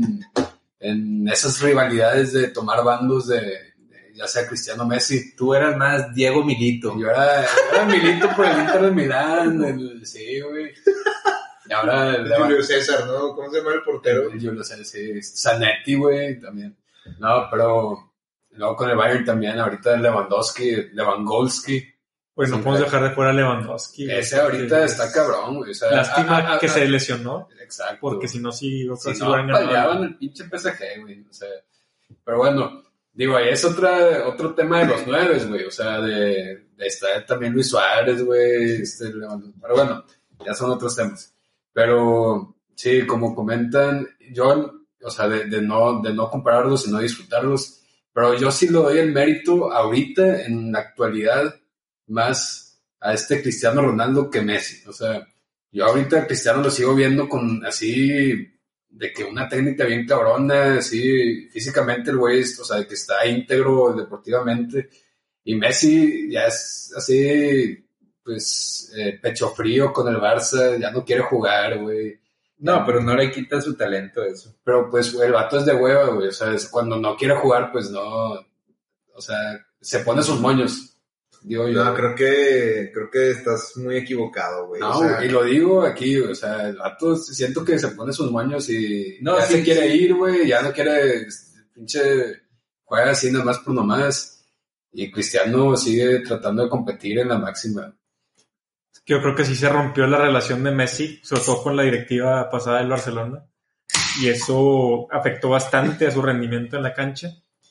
S3: en esas rivalidades de tomar bandos de ya sea Cristiano Messi.
S1: Tú eras más Diego Milito.
S3: Yo era Milito por el Inter de Milán, sí, güey. Y ahora
S4: Julio César, ¿no? ¿Cómo se llama el portero?
S3: yo lo sé, sí, Zanetti, güey, también. No, pero luego con el Bayern también, ahorita Lewandowski.
S2: Pues no
S3: Sí,
S2: podemos
S3: claro.
S2: dejar de fuera a Lewandowski. güey,
S3: Ese ahorita
S2: porque
S3: está cabrón, güey. O sea,
S2: Lástima que se lesionó,
S3: Exacto.
S2: porque si no, sí,
S3: Si
S2: sí
S3: no,
S2: hubieran ganado.
S3: peleaban el pinche PSG, güey. O sea, pero bueno, digo, ahí es otro tema de los 9, güey. O sea, de estar también Luis Suárez, güey. Pero bueno, ya son otros temas. Pero sí, como comentan, yo, o sea, de no compararlos y no disfrutarlos, pero yo sí le doy el mérito ahorita, en la actualidad, más a este Cristiano Ronaldo que Messi. O sea, yo ahorita a Cristiano lo sigo viendo con así, de que una técnica bien cabrona, así, físicamente el güey, o sea, de que está íntegro deportivamente. Y Messi ya es así, pues, pecho frío con el Barça, ya no quiere jugar, güey.
S1: No, pero no le quita su talento eso.
S3: Pero pues el vato es de hueva, güey. O sea, cuando no quiere jugar, pues no. O sea, se pone sus moños. Digo yo.
S4: No, creo que estás muy equivocado, güey.
S3: No,
S4: O sea,
S3: y lo digo aquí, güey. O sea, el vato siento que se pone sus moños y
S1: No,
S3: ya
S1: sí,
S3: se quiere
S1: sí.
S3: ir, güey. Ya no quiere, pinche, juega así nada más por nomás. Y Cristiano sigue tratando de competir en la máxima.
S2: Yo creo que sí se rompió la relación de Messi, sobre todo con la directiva pasada del Barcelona, y eso afectó bastante a su rendimiento en la cancha.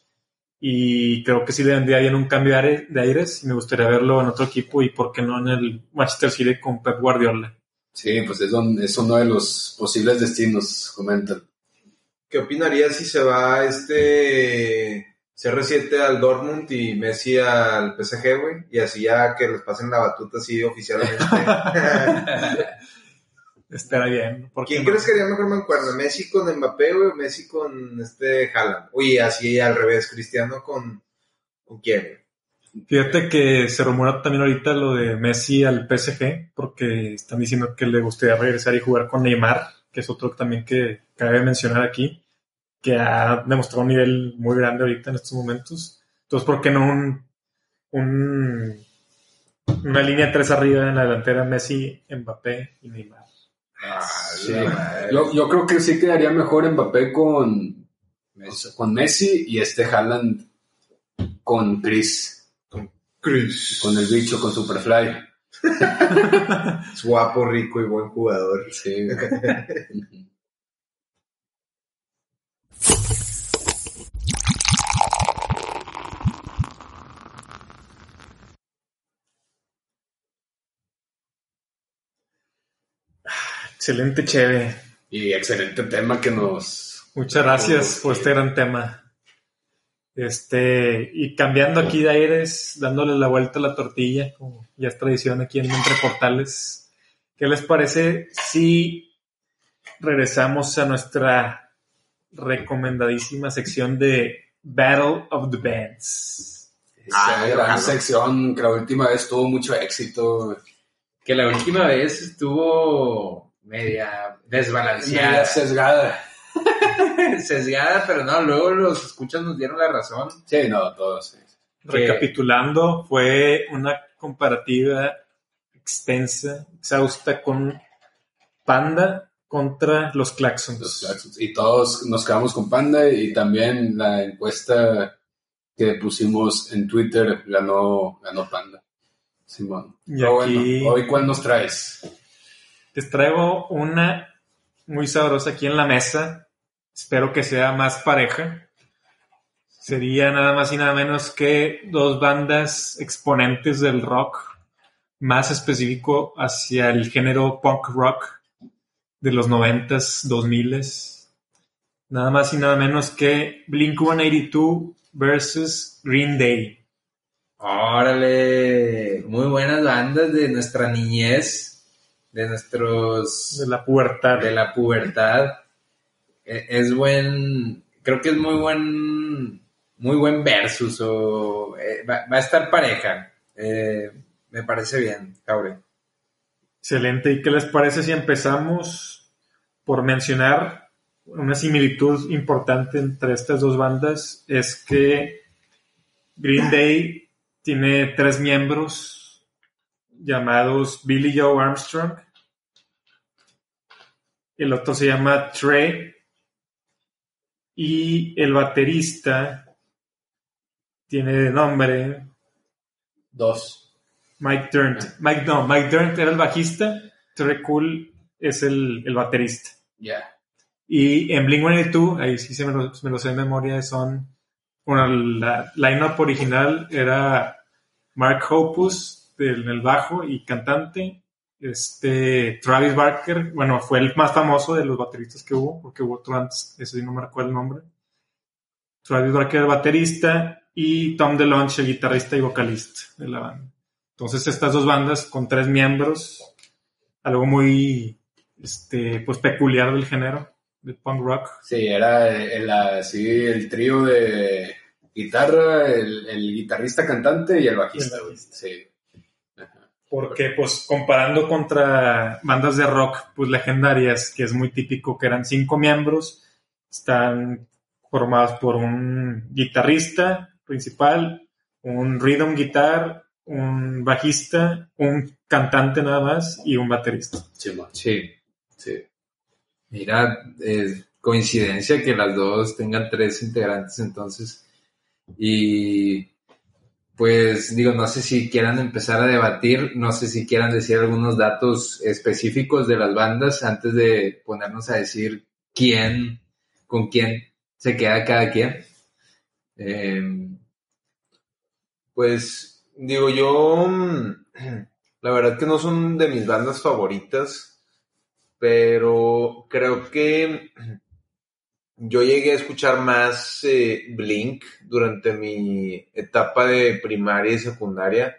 S2: Y creo que sí le vendría bien un cambio de aires y me gustaría verlo en otro equipo y por qué no en el Manchester City con Pep Guardiola.
S3: Sí, pues es uno de los posibles destinos, comentan.
S4: ¿qué opinarías si se va CR7 al Dortmund y Messi al PSG, güey? Y así ya que les pasen la batuta así oficialmente.
S2: Estará bien. ¿Por qué
S4: ¿Quién
S2: no?
S4: crees que haría mejor mancuerna? ¿Messi con Mbappé, güey, o Messi con Haaland? Oye, así al revés, Cristiano con quién, güey?
S2: Fíjate que se rumora también ahorita lo de Messi al PSG, porque están diciendo que le gustaría regresar y jugar con Neymar, que es otro también que cabe mencionar aquí, que ha demostrado un nivel muy grande ahorita en estos momentos. Entonces, ¿por qué no una línea 3 arriba en la delantera Messi, Mbappé y Neymar?
S3: Sí. Yo creo que sí quedaría mejor Mbappé con Messi y Haaland con Chris. Con el bicho, con Superfly.
S4: Es guapo, rico y buen jugador.
S3: Sí.
S2: Excelente, Cheve.
S3: Y excelente tema que nos...
S2: Muchas gracias por este gran tema. Y cambiando aquí de aires, dándole la vuelta a la tortilla, como ya es tradición aquí en Entre Portales. ¿Qué les parece si regresamos a nuestra recomendadísima sección de Battle of the Bands?
S3: Esa gran sección que la última vez tuvo mucho éxito.
S1: Que la última vez estuvo media desbalanceada.
S3: Media sesgada.
S1: Sesgada, pero no, luego los escuchas nos dieron la razón.
S3: Sí, no, todos. Sí.
S2: Recapitulando, fue una comparativa extensa, exhausta con Panda contra los Claxons.
S3: Y todos nos quedamos con Panda y también la encuesta que pusimos en Twitter ganó Panda. Simón.
S2: Y
S3: Pero
S2: aquí
S3: bueno, ¿hoy cuál nos traes?
S2: les traigo una muy sabrosa aquí en la mesa. Espero que sea más pareja. Sería nada más y nada menos que dos bandas exponentes del rock, más específico hacia el género punk rock de los 90s, 2000s. Nada más y nada menos que Blink-182 versus Green Day.
S1: Órale, muy buenas bandas de nuestra niñez, de nuestros...
S2: De la pubertad.
S1: De la pubertad. Creo que es muy buen muy buen versus va a estar pareja. Me parece bien, Jaure.
S2: Excelente. ¿Y qué les parece si empezamos por mencionar una similitud importante entre estas dos bandas? Es que Green Day tiene 3 miembros llamados Billy Joe Armstrong. El otro se llama Trey. Y el baterista tiene de nombre
S3: 2.
S2: Mike Dirnt. Mike Dirnt era el bajista. Trey Cool es el baterista.
S3: Ya.
S2: Y en Blink-182, ahí sí me lo sé de memoria, la line-up original era Mark Hoppus en el bajo y cantante. Travis Barker, bueno, fue el más famoso de los bateristas que hubo, porque hubo otro antes, ese sí no me recuerdo el nombre. Travis Barker, el baterista, y Tom DeLonge, el guitarrista y vocalista de la banda. Entonces estas dos bandas con 3 miembros, algo muy pues peculiar del género de punk rock.
S3: Sí, era el trío de guitarra, el guitarrista cantante y el bajista. Sí. Ajá.
S2: Porque pues comparando contra bandas de rock pues legendarias, que es muy típico que eran 5 miembros, están formados por un guitarrista principal, un rhythm guitar, un bajista, un cantante nada más y un baterista.
S1: Sí. Mira, coincidencia que las dos tengan 3 integrantes entonces. Y pues digo, no sé si quieran empezar a debatir, no sé si quieran decir algunos datos específicos de las bandas antes de ponernos a decir con quién se queda cada quien.
S4: Pues digo, yo la verdad que no son de mis bandas favoritas, pero creo que yo llegué a escuchar más Blink durante mi etapa de primaria y secundaria.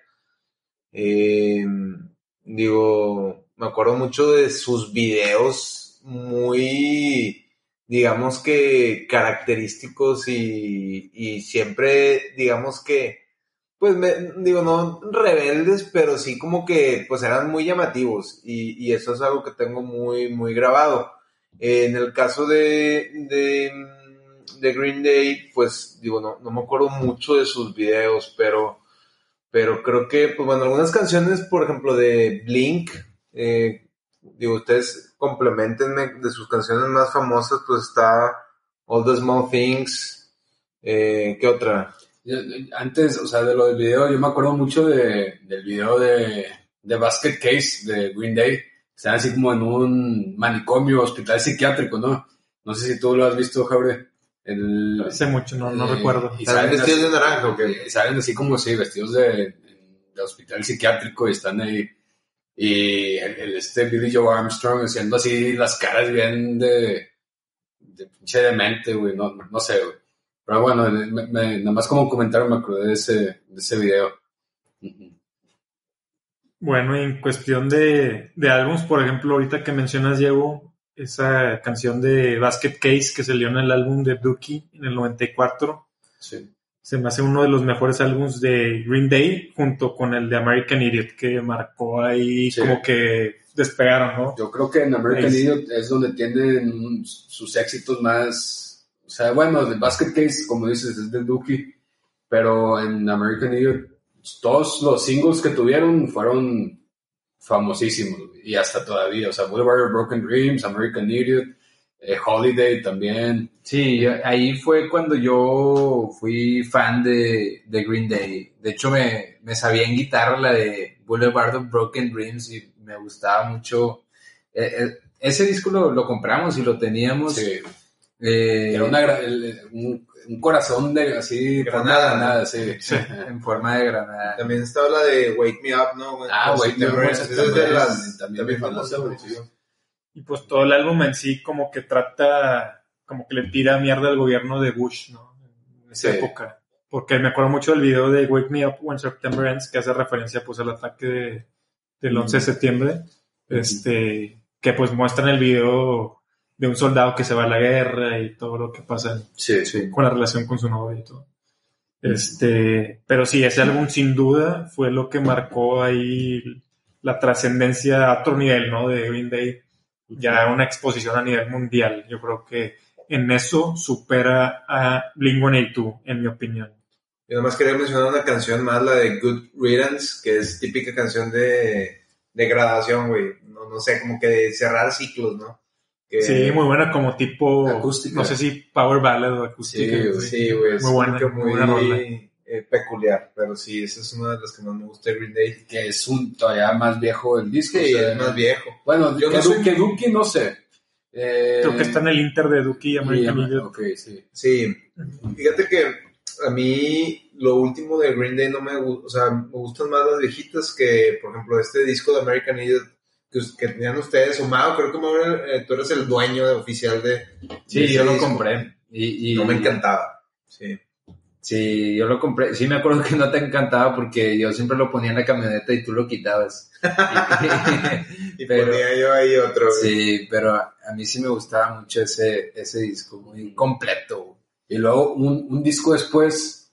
S4: Digo, me acuerdo mucho de sus videos muy, digamos que característicos y siempre, digamos que, pues no rebeldes, pero sí como que pues eran muy llamativos y eso es algo que tengo muy, muy grabado. En el caso de Green Day, pues digo, no me acuerdo mucho de sus videos, pero creo que, pues bueno, algunas canciones, por ejemplo, de Blink, digo, ustedes complementenme de sus canciones más famosas, pues está All the Small Things, ¿qué otra?
S3: Antes, o sea, de lo del video, yo me acuerdo mucho del video de Basket Case de Green Day. Están así como en un manicomio, hospital psiquiátrico, ¿no? No sé si tú lo has visto, Jaure.
S2: Hace mucho, no recuerdo.
S4: ¿Y salen vestidos de naranja o qué?
S3: Y salen así como, sí, vestidos de hospital psiquiátrico y están ahí. Y Billy Joe Armstrong haciendo así las caras bien de pinche demente, güey, no sé, güey. Pero bueno, nada más como comentario me acordé de ese video.
S2: Bueno, en cuestión de álbums, por ejemplo, ahorita que mencionas, Diego, esa canción de Basket Case que salió en el álbum de Dookie en el 94,
S3: sí.
S2: Se me hace uno de los mejores álbums de Green Day junto con el de American Idiot, que marcó ahí como que despegaron, ¿no?
S3: Yo creo que en American Idiot es donde tienen sus éxitos más. O sea, bueno, de Basket Case, como dices, es de Dookie, pero en American Idiot todos los singles que tuvieron fueron famosísimos y hasta todavía, o sea, Boulevard of Broken Dreams, American Idiot, Holiday también.
S1: Sí, ahí fue cuando yo fui fan de Green Day. De hecho, me sabía en guitarra la de Boulevard of Broken Dreams y me gustaba mucho. Ese disco lo compramos y lo teníamos.
S3: Sí. Era un corazón de así
S4: granada,
S3: sí.
S1: En forma de granada.
S4: También estaba la de Wake Me Up, ¿no?
S3: Wake Me Up
S4: es de las
S3: también famosa.
S2: Y pues todo el álbum en sí como que trata, como que le tira mierda al gobierno de Bush, ¿no? En esa época. Porque me acuerdo mucho del video de Wake Me Up When September Ends, que hace referencia pues al ataque del 11 de septiembre. Que pues muestran el video de un soldado que se va a la guerra y todo lo que pasa con la relación con su novia y todo. Pero sí, ese álbum sin duda fue lo que marcó ahí la trascendencia a otro nivel, ¿no? De Green Day, ya una exposición a nivel mundial. Yo creo que en eso supera a Blink-182, en mi opinión.
S4: Y además quería mencionar una canción más, la de Good Riddance, que es típica canción de graduación, güey. No sé, como que de cerrar ciclos, ¿no? Que...
S2: Sí, muy buena, como tipo
S3: acústica.
S2: No sé si power ballad o acústica.
S4: Sí, güey.
S2: Muy buena,
S4: muy
S2: buena rola.
S4: peculiar, pero sí, esa es una de las que más me gusta de Green Day.
S3: Que es todavía más viejo el disco.
S4: Sí,
S3: o sea,
S4: es más viejo.
S3: Bueno,
S4: Yo
S3: que,
S4: no soy-
S3: que Dookie no sé.
S2: Creo que está en el Inter de Dookie y American Idiot.
S3: Ok, sí.
S4: Sí, fíjate que a mí lo último de Green Day no me gusta, o sea, me gustan más las viejitas que, por ejemplo, este disco de American Idiot que tenían ustedes, o Mao, creo que Mao, tú eres el dueño oficial de
S1: Sí,
S4: ese
S1: yo lo
S4: disco.
S1: compré. Y
S4: No me encantaba. Sí.
S1: Sí, yo lo compré. Sí, me acuerdo que no te encantaba porque yo siempre lo ponía en la camioneta y tú lo quitabas.
S4: Y
S1: Pero-
S4: ponía yo ahí otro. güey.
S1: Sí, pero a mí sí me gustaba mucho ese disco, muy completo.
S3: Y luego un disco después,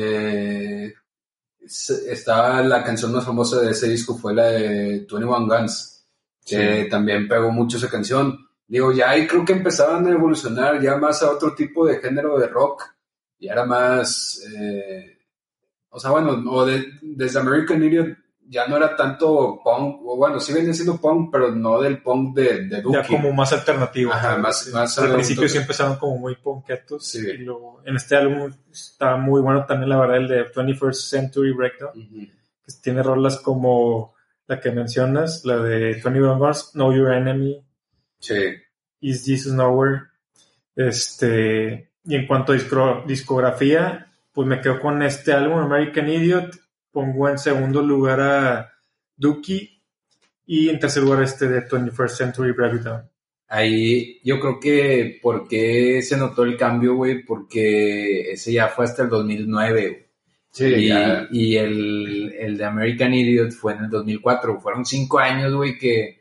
S3: estaba la canción más famosa de ese disco, fue la de 21 Guns, que también pegó mucho esa canción. Digo, ya ahí creo que empezaban a evolucionar ya más a otro tipo de género de rock, y era más, o sea, bueno, desde American Idiot ya no era tanto punk, o bueno, sí venía siendo punk, pero no del punk de
S2: Ya
S3: Dookie.
S2: como más alternativo.
S3: Ajá,
S2: ¿sabes?
S3: más
S2: Al
S3: a un
S2: principio
S3: toque.
S2: sí empezaron como muy punketos.
S3: Sí.
S2: Y luego en este álbum está muy bueno también, la verdad, el de 21st Century Breakdown.
S3: Ujú.
S2: Que tiene rolas como la que mencionas, la de 21 Guns, Know Your Enemy,
S3: Sí.
S2: Is Jesus Nowhere. Y en cuanto a discografía, pues me quedo con este álbum, American Idiot. Pongo en segundo lugar a Dookie y en tercer lugar de 21st Century Breakdown.
S1: Ahí yo creo que ¿por qué se notó el cambio, güey? Porque ese ya fue hasta el 2009, güey.
S3: Sí, ya.
S1: Y el de American Idiot fue en el 2004. Fueron 5 años, güey, que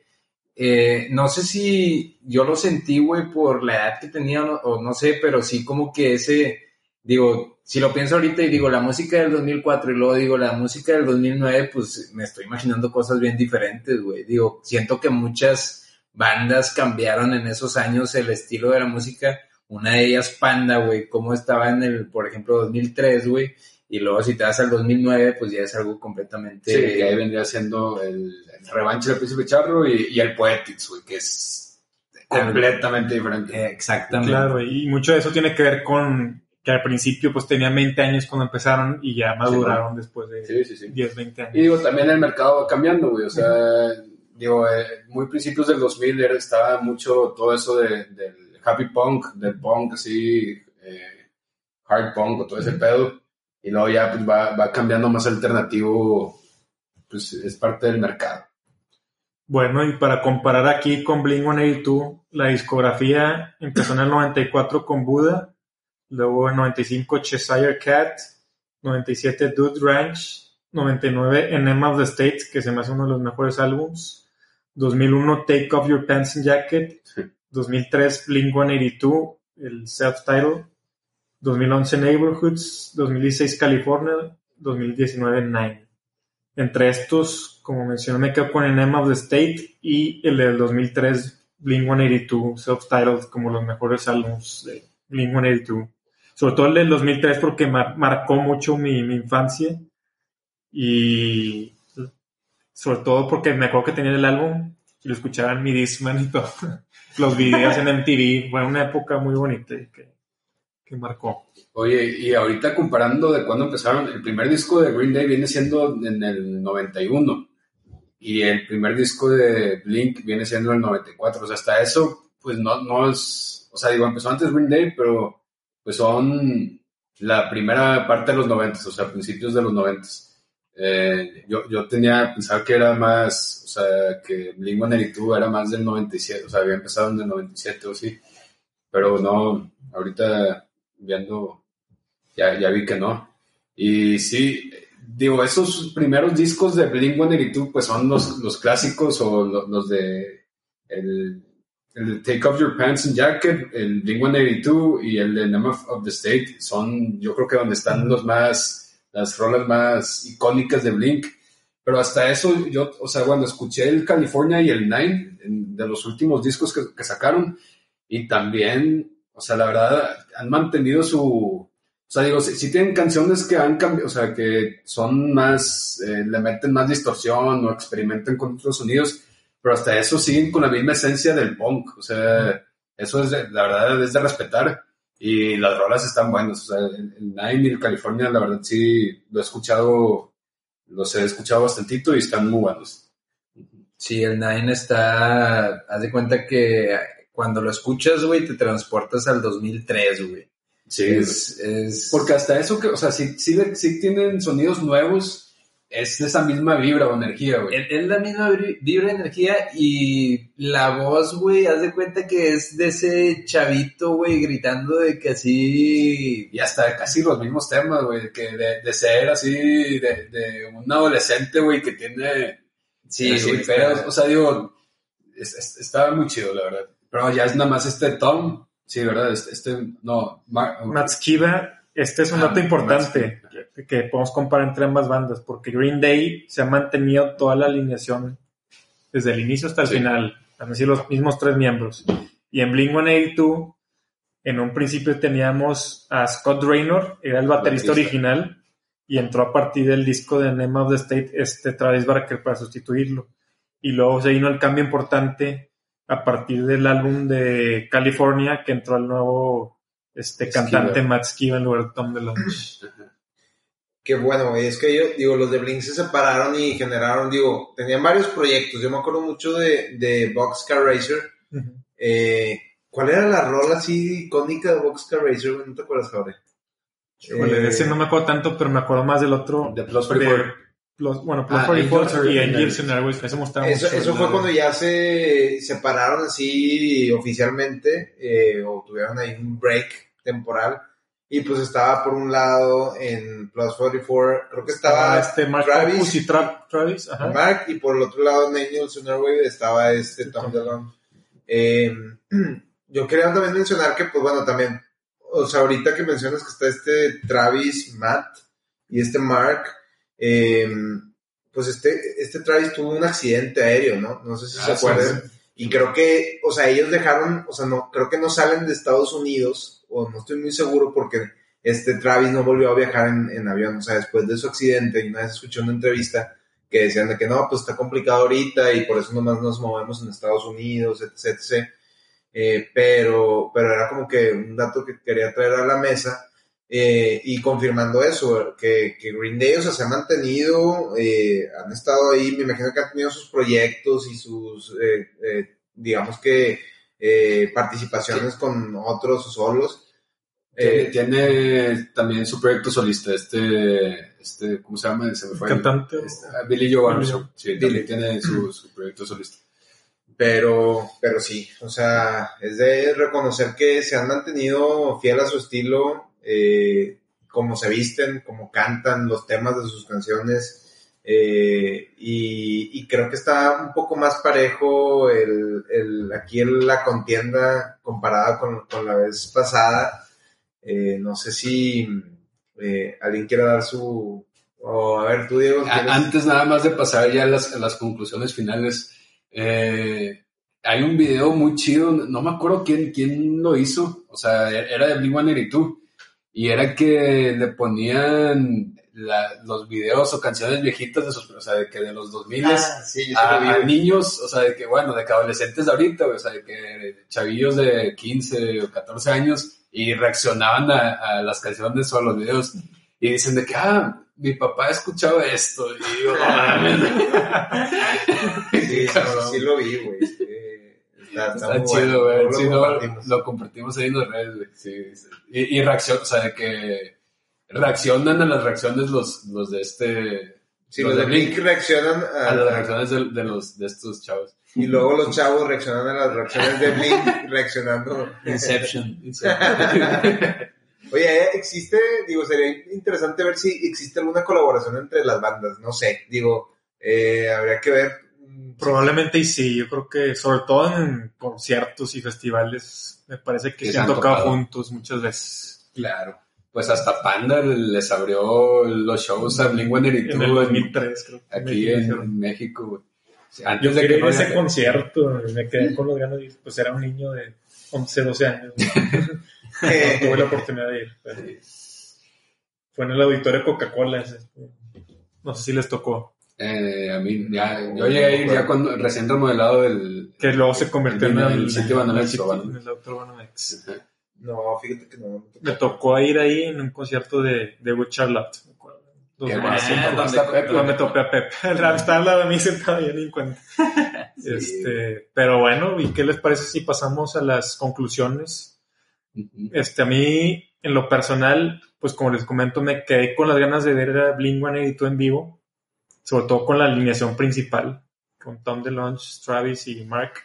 S1: no sé si yo lo sentí, güey, por la edad que tenía o no sé, pero sí como que digo, si lo pienso ahorita y digo la música del 2004 y luego digo la música del 2009, pues me estoy imaginando cosas bien diferentes, güey. Digo, siento que muchas bandas cambiaron en esos años el estilo de la música. Una de ellas, Panda, güey, cómo estaba por ejemplo, 2003, güey. Y luego si te vas al 2009, pues ya es algo completamente...
S3: Sí, que ahí vendría siendo el Revanche del Príncipe Charro y el Poetics, güey, que es completamente diferente.
S1: Exactamente.
S2: Claro, y mucho de eso tiene que ver con que al principio pues tenían 20 años cuando empezaron y ya maduraron después de
S3: Sí.
S2: 10, 20 años.
S3: Y digo, también el mercado va cambiando, güey, o sea, digo, muy principios del 2000 estaba mucho todo eso del happy punk, del punk así, hard punk o todo ese pedo, y luego ya pues va cambiando más alternativo, pues es parte del mercado.
S2: Bueno, y para comparar aquí con Blink-182, la discografía empezó en el 94 con Buddha, luego en 95 Cheshire Cat, 97 Dude Ranch, 99 Enema of the State, que se me hace uno de los mejores álbums, 2001 Take Off Your Pants and Jacket, 2003 Blink-182, el self-title, 2011 Neighborhoods, 2016 California, 2019 Nine. Entre estos, como mencioné, me quedo con Enema of the State y el del 2003 Blink-182 self-titled como los mejores álbumes de Blink-182. Sobre todo el del 2003 porque marcó mucho mi infancia y sobre todo porque me acuerdo que tenía el álbum y lo escuchaba en mi Discman y todo. Los videos en MTV. Fue una época muy bonita que marcó.
S3: Oye, y ahorita comparando de cuándo empezaron, el primer disco de Green Day viene siendo en el 91 y el primer disco de Blink viene siendo en el 94, o sea, hasta eso, pues no es, o sea, digo, empezó antes Green Day, pero pues son la primera parte de los 90, o sea, principios de los 90. Yo tenía pensado que era más, o sea, que Blink-182 era más del 97, o sea, había empezado en el 97 o así, pero no, ahorita viendo, ya vi que no. Y sí, digo, esos primeros discos de Blink-182 pues son los clásicos o los de el el de Take Off Your Pants and Jacket, el Blink-182 y el de Name of the State son, yo creo que donde están las rolas más icónicas de Blink. Pero hasta eso, yo, o sea, cuando escuché el California y el Nine, de los últimos discos que sacaron, y también, o sea, la verdad, han mantenido o sea, digo, sí tienen canciones que han cambiado, o sea, que son más, le meten más distorsión o experimentan con otros sonidos, pero hasta eso siguen con la misma esencia del punk, o sea, eso es, la verdad, es de respetar, y las rolas están buenas, o sea, el Nine y el California, la verdad, sí, los he escuchado bastantito y están muy buenos.
S1: Sí, el Nine haz de cuenta que cuando lo escuchas, güey, te transportas al 2003, güey.
S3: Sí,
S1: es...
S3: Porque hasta eso, o sea, sí tienen sonidos nuevos, es esa misma vibra o energía, güey.
S1: Es la misma vibra de energía y la voz, güey, haz de cuenta que es de ese chavito, güey, gritando de que así...
S3: Y hasta casi los mismos temas, güey, que de ser así, de un adolescente, güey, que tiene...
S1: Sí, güey,
S3: pero, o sea, digo, estaba muy chido, la verdad. Pero ya es nada más Tom, sí, ¿verdad?
S2: Matt Skiba, es un dato importante que podemos comparar entre ambas bandas, porque Green Day se ha mantenido toda la alineación desde el inicio hasta el final, es decir, los mismos 3 miembros. Y en Blink-182, en un principio teníamos a Scott Raynor, era el baterista original, y entró a partir del disco de Name of the State Travis Barker para sustituirlo. Y luego se vino el cambio importante a partir del álbum de California, que entró el nuevo cantante Matt Skiba en lugar de Tom DeLonge.
S4: Qué bueno, güey. Es que yo, digo, los de Blink se separaron y generaron, digo, tenían varios proyectos. Yo me acuerdo mucho de Boxcar Racer.
S2: Uh-huh.
S4: ¿Cuál era la rola así icónica de Boxcar Racer? ¿No te acuerdas, ahora?
S2: De ese no me acuerdo tanto, pero me acuerdo más del otro.
S3: De Plus 44.
S2: Plus 44 y Angels in Airways.
S4: Eso fue cuando ya se separaron así oficialmente, o tuvieron ahí un break temporal. Y pues estaba por un lado en Plus 44, creo que estaba
S2: Mark
S4: Travis.
S2: Y Travis, ajá.
S4: Mark, y por el otro lado en Angels in Airways estaba Tom DeLonge. Yo quería también mencionar que, pues bueno, también, o sea, ahorita que mencionas que está Travis, Matt y Mark, pues este Travis tuvo un accidente aéreo, ¿no? No sé si se acuerdan. Sí. Y creo que, o sea, ellos dejaron, o sea, no, creo que no salen de Estados Unidos, o no estoy muy seguro porque Travis no volvió a viajar en avión, o sea, después de su accidente, y una vez escuché una entrevista que decían de que no, pues está complicado ahorita y por eso nomás nos movemos en Estados Unidos, etc. Pero era como que un dato que quería traer a la mesa, y confirmando eso, que Green Day, o sea, se ha mantenido, han estado ahí, me imagino que han tenido sus proyectos y sus, digamos que, participaciones con otros o solos.
S3: Tiene también su proyecto solista, ¿cómo se llama? Se me fue.
S2: Cantante.
S3: Billy Joe Armstrong. Sí, también tiene su proyecto solista.
S4: Pero sí, o sea, es de reconocer que se han mantenido fiel a su estilo, cómo se visten, cómo cantan los temas de sus canciones, y creo que está un poco más parejo aquí la contienda comparada con la vez pasada. No sé si alguien quiere dar su... a ver, tú, Diego.
S3: Antes nada más de pasar ya a las conclusiones finales, hay un video muy chido, no me acuerdo quién lo hizo, o sea, era de Blink-182, y era que le ponían los videos o canciones viejitas o sea, de que de los 2000 a niños, o sea, de que, bueno, de que adolescentes de ahorita, o sea, de que chavillos de 15 o 14 años, y reaccionaban a las canciones o a los videos, y dicen de que, mi papá escuchaba esto, y digo,
S4: sí lo vi, güey.
S3: Está chido, güey. Sí, lo compartimos ahí en las redes, güey. Sí. Y reacción, o sea, de que reaccionan a las reacciones los de
S4: Sí, los de Blink reaccionan
S3: a las reacciones de estos chavos.
S4: Y luego los chavos reaccionan a las reacciones de Blink reaccionando.
S3: Inception.
S4: Oye, existe, digo, sería interesante ver si existe alguna colaboración entre las bandas, no sé, digo, habría que ver
S2: Probablemente y sí, yo creo que sobre todo en conciertos y festivales me parece que se han tocado juntos muchas veces.
S3: Claro, pues hasta Panda les abrió los shows a Blink-182
S2: en el 2003, creo.
S3: Aquí en México, güey.
S2: Antes yo quería ir a ese concierto, me quedé con los ganas de ir, pues era un niño de 11, 12 años. No tuve la oportunidad de ir. Pero fue en el auditorio Coca-Cola. No sé si les tocó.
S3: A mí, yo llegué a ir ya cuando recién remodelado del...
S2: Que luego se convirtió en el
S3: sitio Banamex.
S2: En el autor Banamex.
S4: No, fíjate que no.
S2: Me tocó ir ahí en un concierto de Good Charlotte. Me topé a Pepe. Estaba al lado de mí sentado y yo ni en cuenta. Sí. Pero bueno, ¿y qué les parece si pasamos a las conclusiones? A mí, en lo personal, pues como les comento, me quedé con las ganas de ver a Blink-182 en vivo, sobre todo con la alineación principal, con Tom DeLonge, Travis y Mark.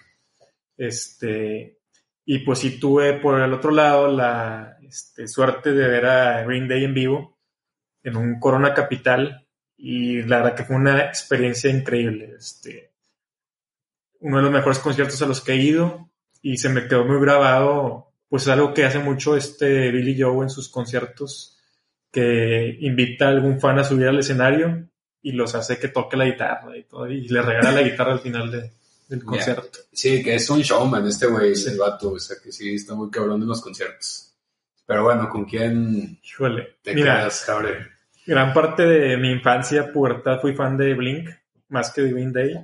S2: Y pues sí tuve por el otro lado la suerte de ver a Green Day en vivo en un Corona Capital, y la verdad que fue una experiencia increíble. Uno de los mejores conciertos a los que he ido, y se me quedó muy grabado, pues algo que hace mucho Billy Joe en sus conciertos, que invita a algún fan a subir al escenario y los hace que toque la guitarra y todo, y le regala la guitarra al final del concierto.
S3: Sí, que es un showman güey, sí. El vato, o sea que sí está muy cabrón en los conciertos. Pero bueno, ¿con quién te quedas, cabrón?
S2: Gran parte de mi infancia, pubertad, fui fan de Blink, más que de Green Day.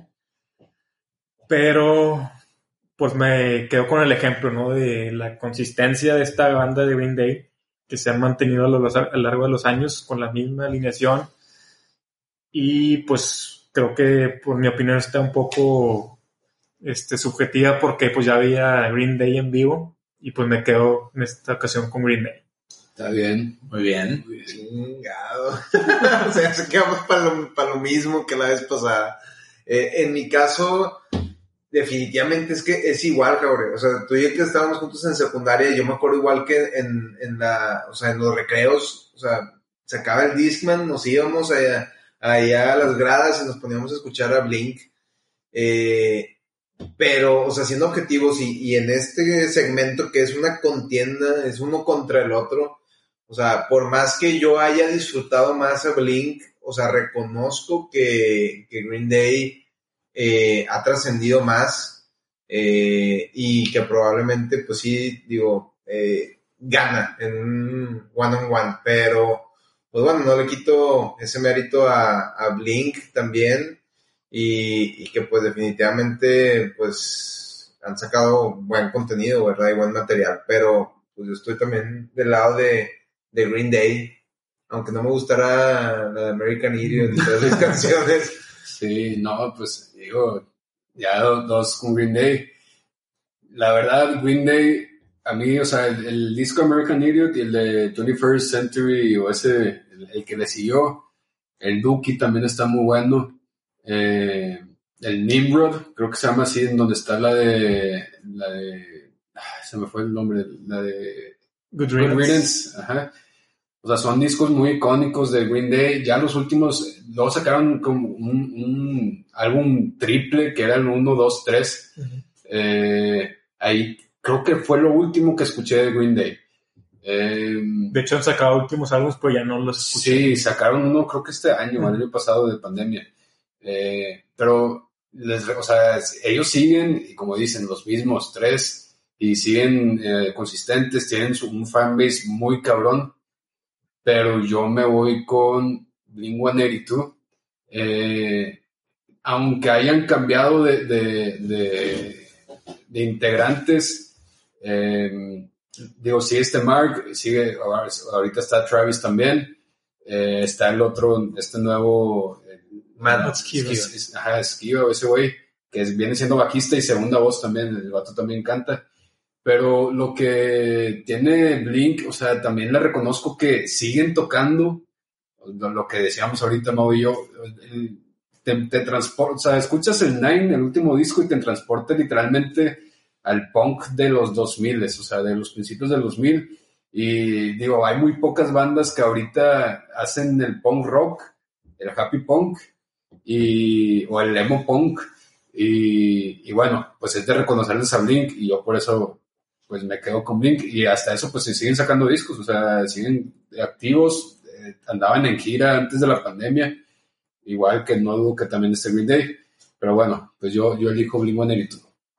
S2: Pero pues me quedo con el ejemplo, ¿no? De la consistencia de esta banda de Green Day, que se han mantenido a lo largo de los años con la misma alineación. Y pues creo que, por mi opinión, está un poco subjetiva, porque pues ya había Green Day en vivo, y pues me quedo en esta ocasión con Green Day.
S3: Está bien, muy bien.
S4: Chingado. O sea, se quedamos para lo mismo que la vez pasada. En mi caso, definitivamente es que es igual, cabrón. O sea, tú y yo que estábamos juntos en secundaria, yo me acuerdo igual que en los recreos, o sea, se acaba el Discman, nos íbamos allá a las gradas y nos poníamos a escuchar a Blink. Pero, o sea, siendo objetivos y en este segmento que es una contienda, es uno contra el otro, o sea, por más que yo haya disfrutado más a Blink, o sea, reconozco que Green Day ha trascendido más, y que probablemente, pues sí, digo, gana en un one-on-one, pero pues bueno, no le quito ese mérito a Blink también, y que pues definitivamente pues han sacado buen contenido, ¿verdad? Y buen material, pero pues yo estoy también del lado de Green Day, aunque no me gustara la de American Idiot y todas esas canciones.
S3: Sí, no, pues digo, ya dos con Green Day. La verdad, Green Day, a mí, o sea, el disco American Idiot y el de 21st Century, o el que le siguió, el Dookie también está muy bueno. El Nimrod, creo que se llama así, en donde está la de se me fue el nombre, la de
S2: Good Riddance.
S3: Ajá. O sea, son discos muy icónicos de Green Day. Ya los últimos, luego sacaron como un álbum triple, que era el 1, 2, 3. Uh-huh. Ahí creo que fue lo último que escuché de Green Day.
S2: De hecho, han sacado últimos álbumes, pero ya no los escuché.
S3: Sí, sacaron uno, creo que este año, el año pasado de pandemia. Pero, o sea, ellos siguen, y como dicen, los mismos 3, y siguen consistentes, tienen un fanbase muy cabrón. Pero yo me voy con Blink-182. Aunque hayan cambiado de integrantes, digo, sí, Mark, sigue, ahorita está Travis también, está el otro, nuevo
S2: Matt Skiba.
S3: Skiba, ese güey, que viene siendo bajista y segunda voz también, el vato también canta. Pero lo que tiene Blink, o sea, también le reconozco que siguen tocando, lo que decíamos ahorita, Mau y yo, te transporta, o sea, escuchas el Nine, el último disco, y te transporta literalmente al punk de los 2000, o sea, de los principios del 2000, y digo, hay muy pocas bandas que ahorita hacen el punk rock, el happy punk, o el emo punk, Y bueno, pues es de reconocerles a Blink y yo por eso pues me quedo con Blink y hasta eso pues se siguen sacando discos, o sea, siguen activos, andaban en gira antes de la pandemia, igual que no dudo que también esté Green Day, pero bueno, pues yo elijo Blink-182.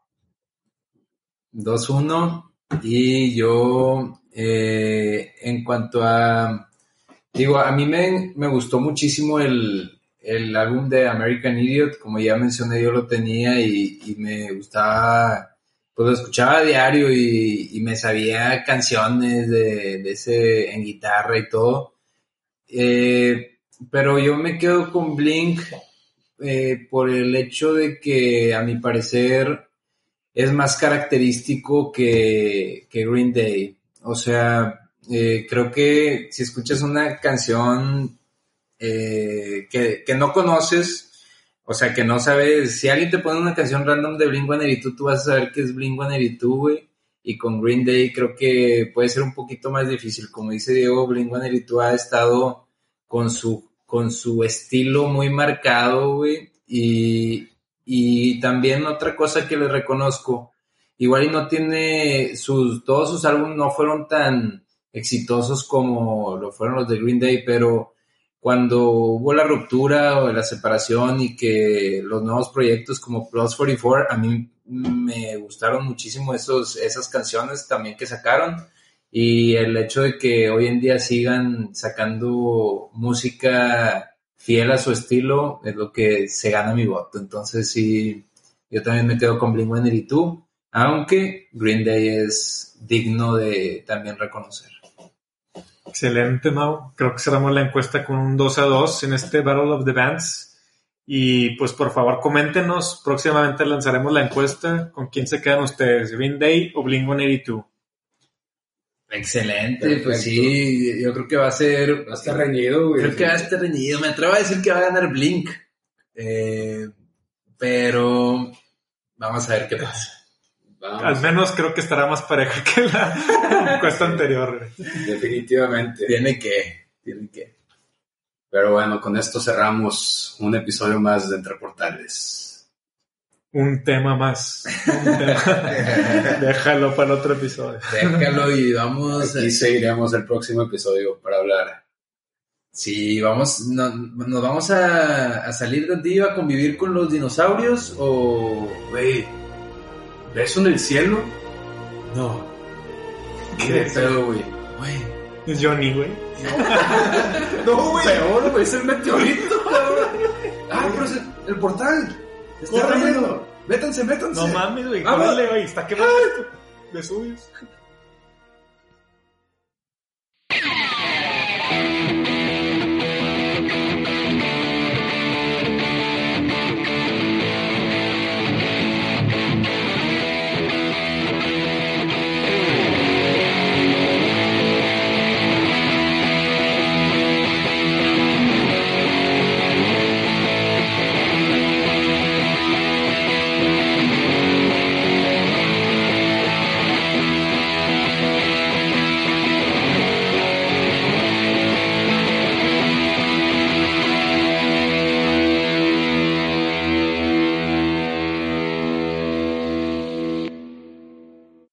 S1: 2-1 y yo en cuanto a, digo, a mí me gustó muchísimo el álbum de American Idiot, como ya mencioné yo lo tenía y me gustaba, pues lo escuchaba a diario y me sabía canciones de ese en guitarra y todo, pero yo me quedo con Blink por el hecho de que a mi parecer es más característico que Green Day. O sea, creo que si escuchas una canción que no conoces, o sea, que no sabes, si alguien te pone una canción random de Blink-182, tú vas a saber que es Blink-182, güey. Y con Green Day creo que puede ser un poquito más difícil. Como dice Diego, Blink-182 ha estado con su estilo muy marcado, güey. Y también otra cosa que le reconozco, igual y no tiene todos sus álbumes no fueron tan exitosos como lo fueron los de Green Day, pero cuando hubo la ruptura o la separación y que los nuevos proyectos como Plus 44, a mí me gustaron muchísimo esas canciones también que sacaron, y el hecho de que hoy en día sigan sacando música fiel a su estilo es lo que se gana mi voto. Entonces sí, yo también me quedo con Blink-182, aunque Green Day es digno de también reconocer.
S2: Excelente, Mau. Creo que cerramos la encuesta con un 2-2 en este Battle of the Bands. Y pues por favor coméntenos, próximamente lanzaremos la encuesta. ¿Con quién se quedan ustedes? ¿Green Day o Blink-182?
S1: Excelente,
S3: Perfecto.
S1: pues sí, yo creo que va a estar
S3: reñido, güey.
S1: Creo que va a estar reñido. Me atrevo a decir que va a ganar Blink, pero vamos a ver qué pasa.
S3: Vamos.
S2: Al menos creo que estará más pareja que la encuesta anterior.
S3: Definitivamente.
S1: Tiene que.
S3: Pero bueno, con esto cerramos un episodio más de Entre Portales.
S2: Un tema más. Déjalo para el otro episodio.
S1: Déjalo y vamos.
S3: Aquí seguiremos el próximo episodio para hablar.
S1: Sí, nos vamos a salir de ti a convivir con los dinosaurios o...
S3: Güey, ¿beso en el cielo?
S1: No.
S3: ¿Qué pedo, güey?
S2: Es Johnny, güey.
S3: No, güey. Peor, güey, es el meteorito, cabrón. Pero es el portal. Está
S1: Corre,
S3: rápido. Métanse.
S2: No mames, güey.
S3: Vamos.
S2: Córrele, güey. Está quemando esto de suyos.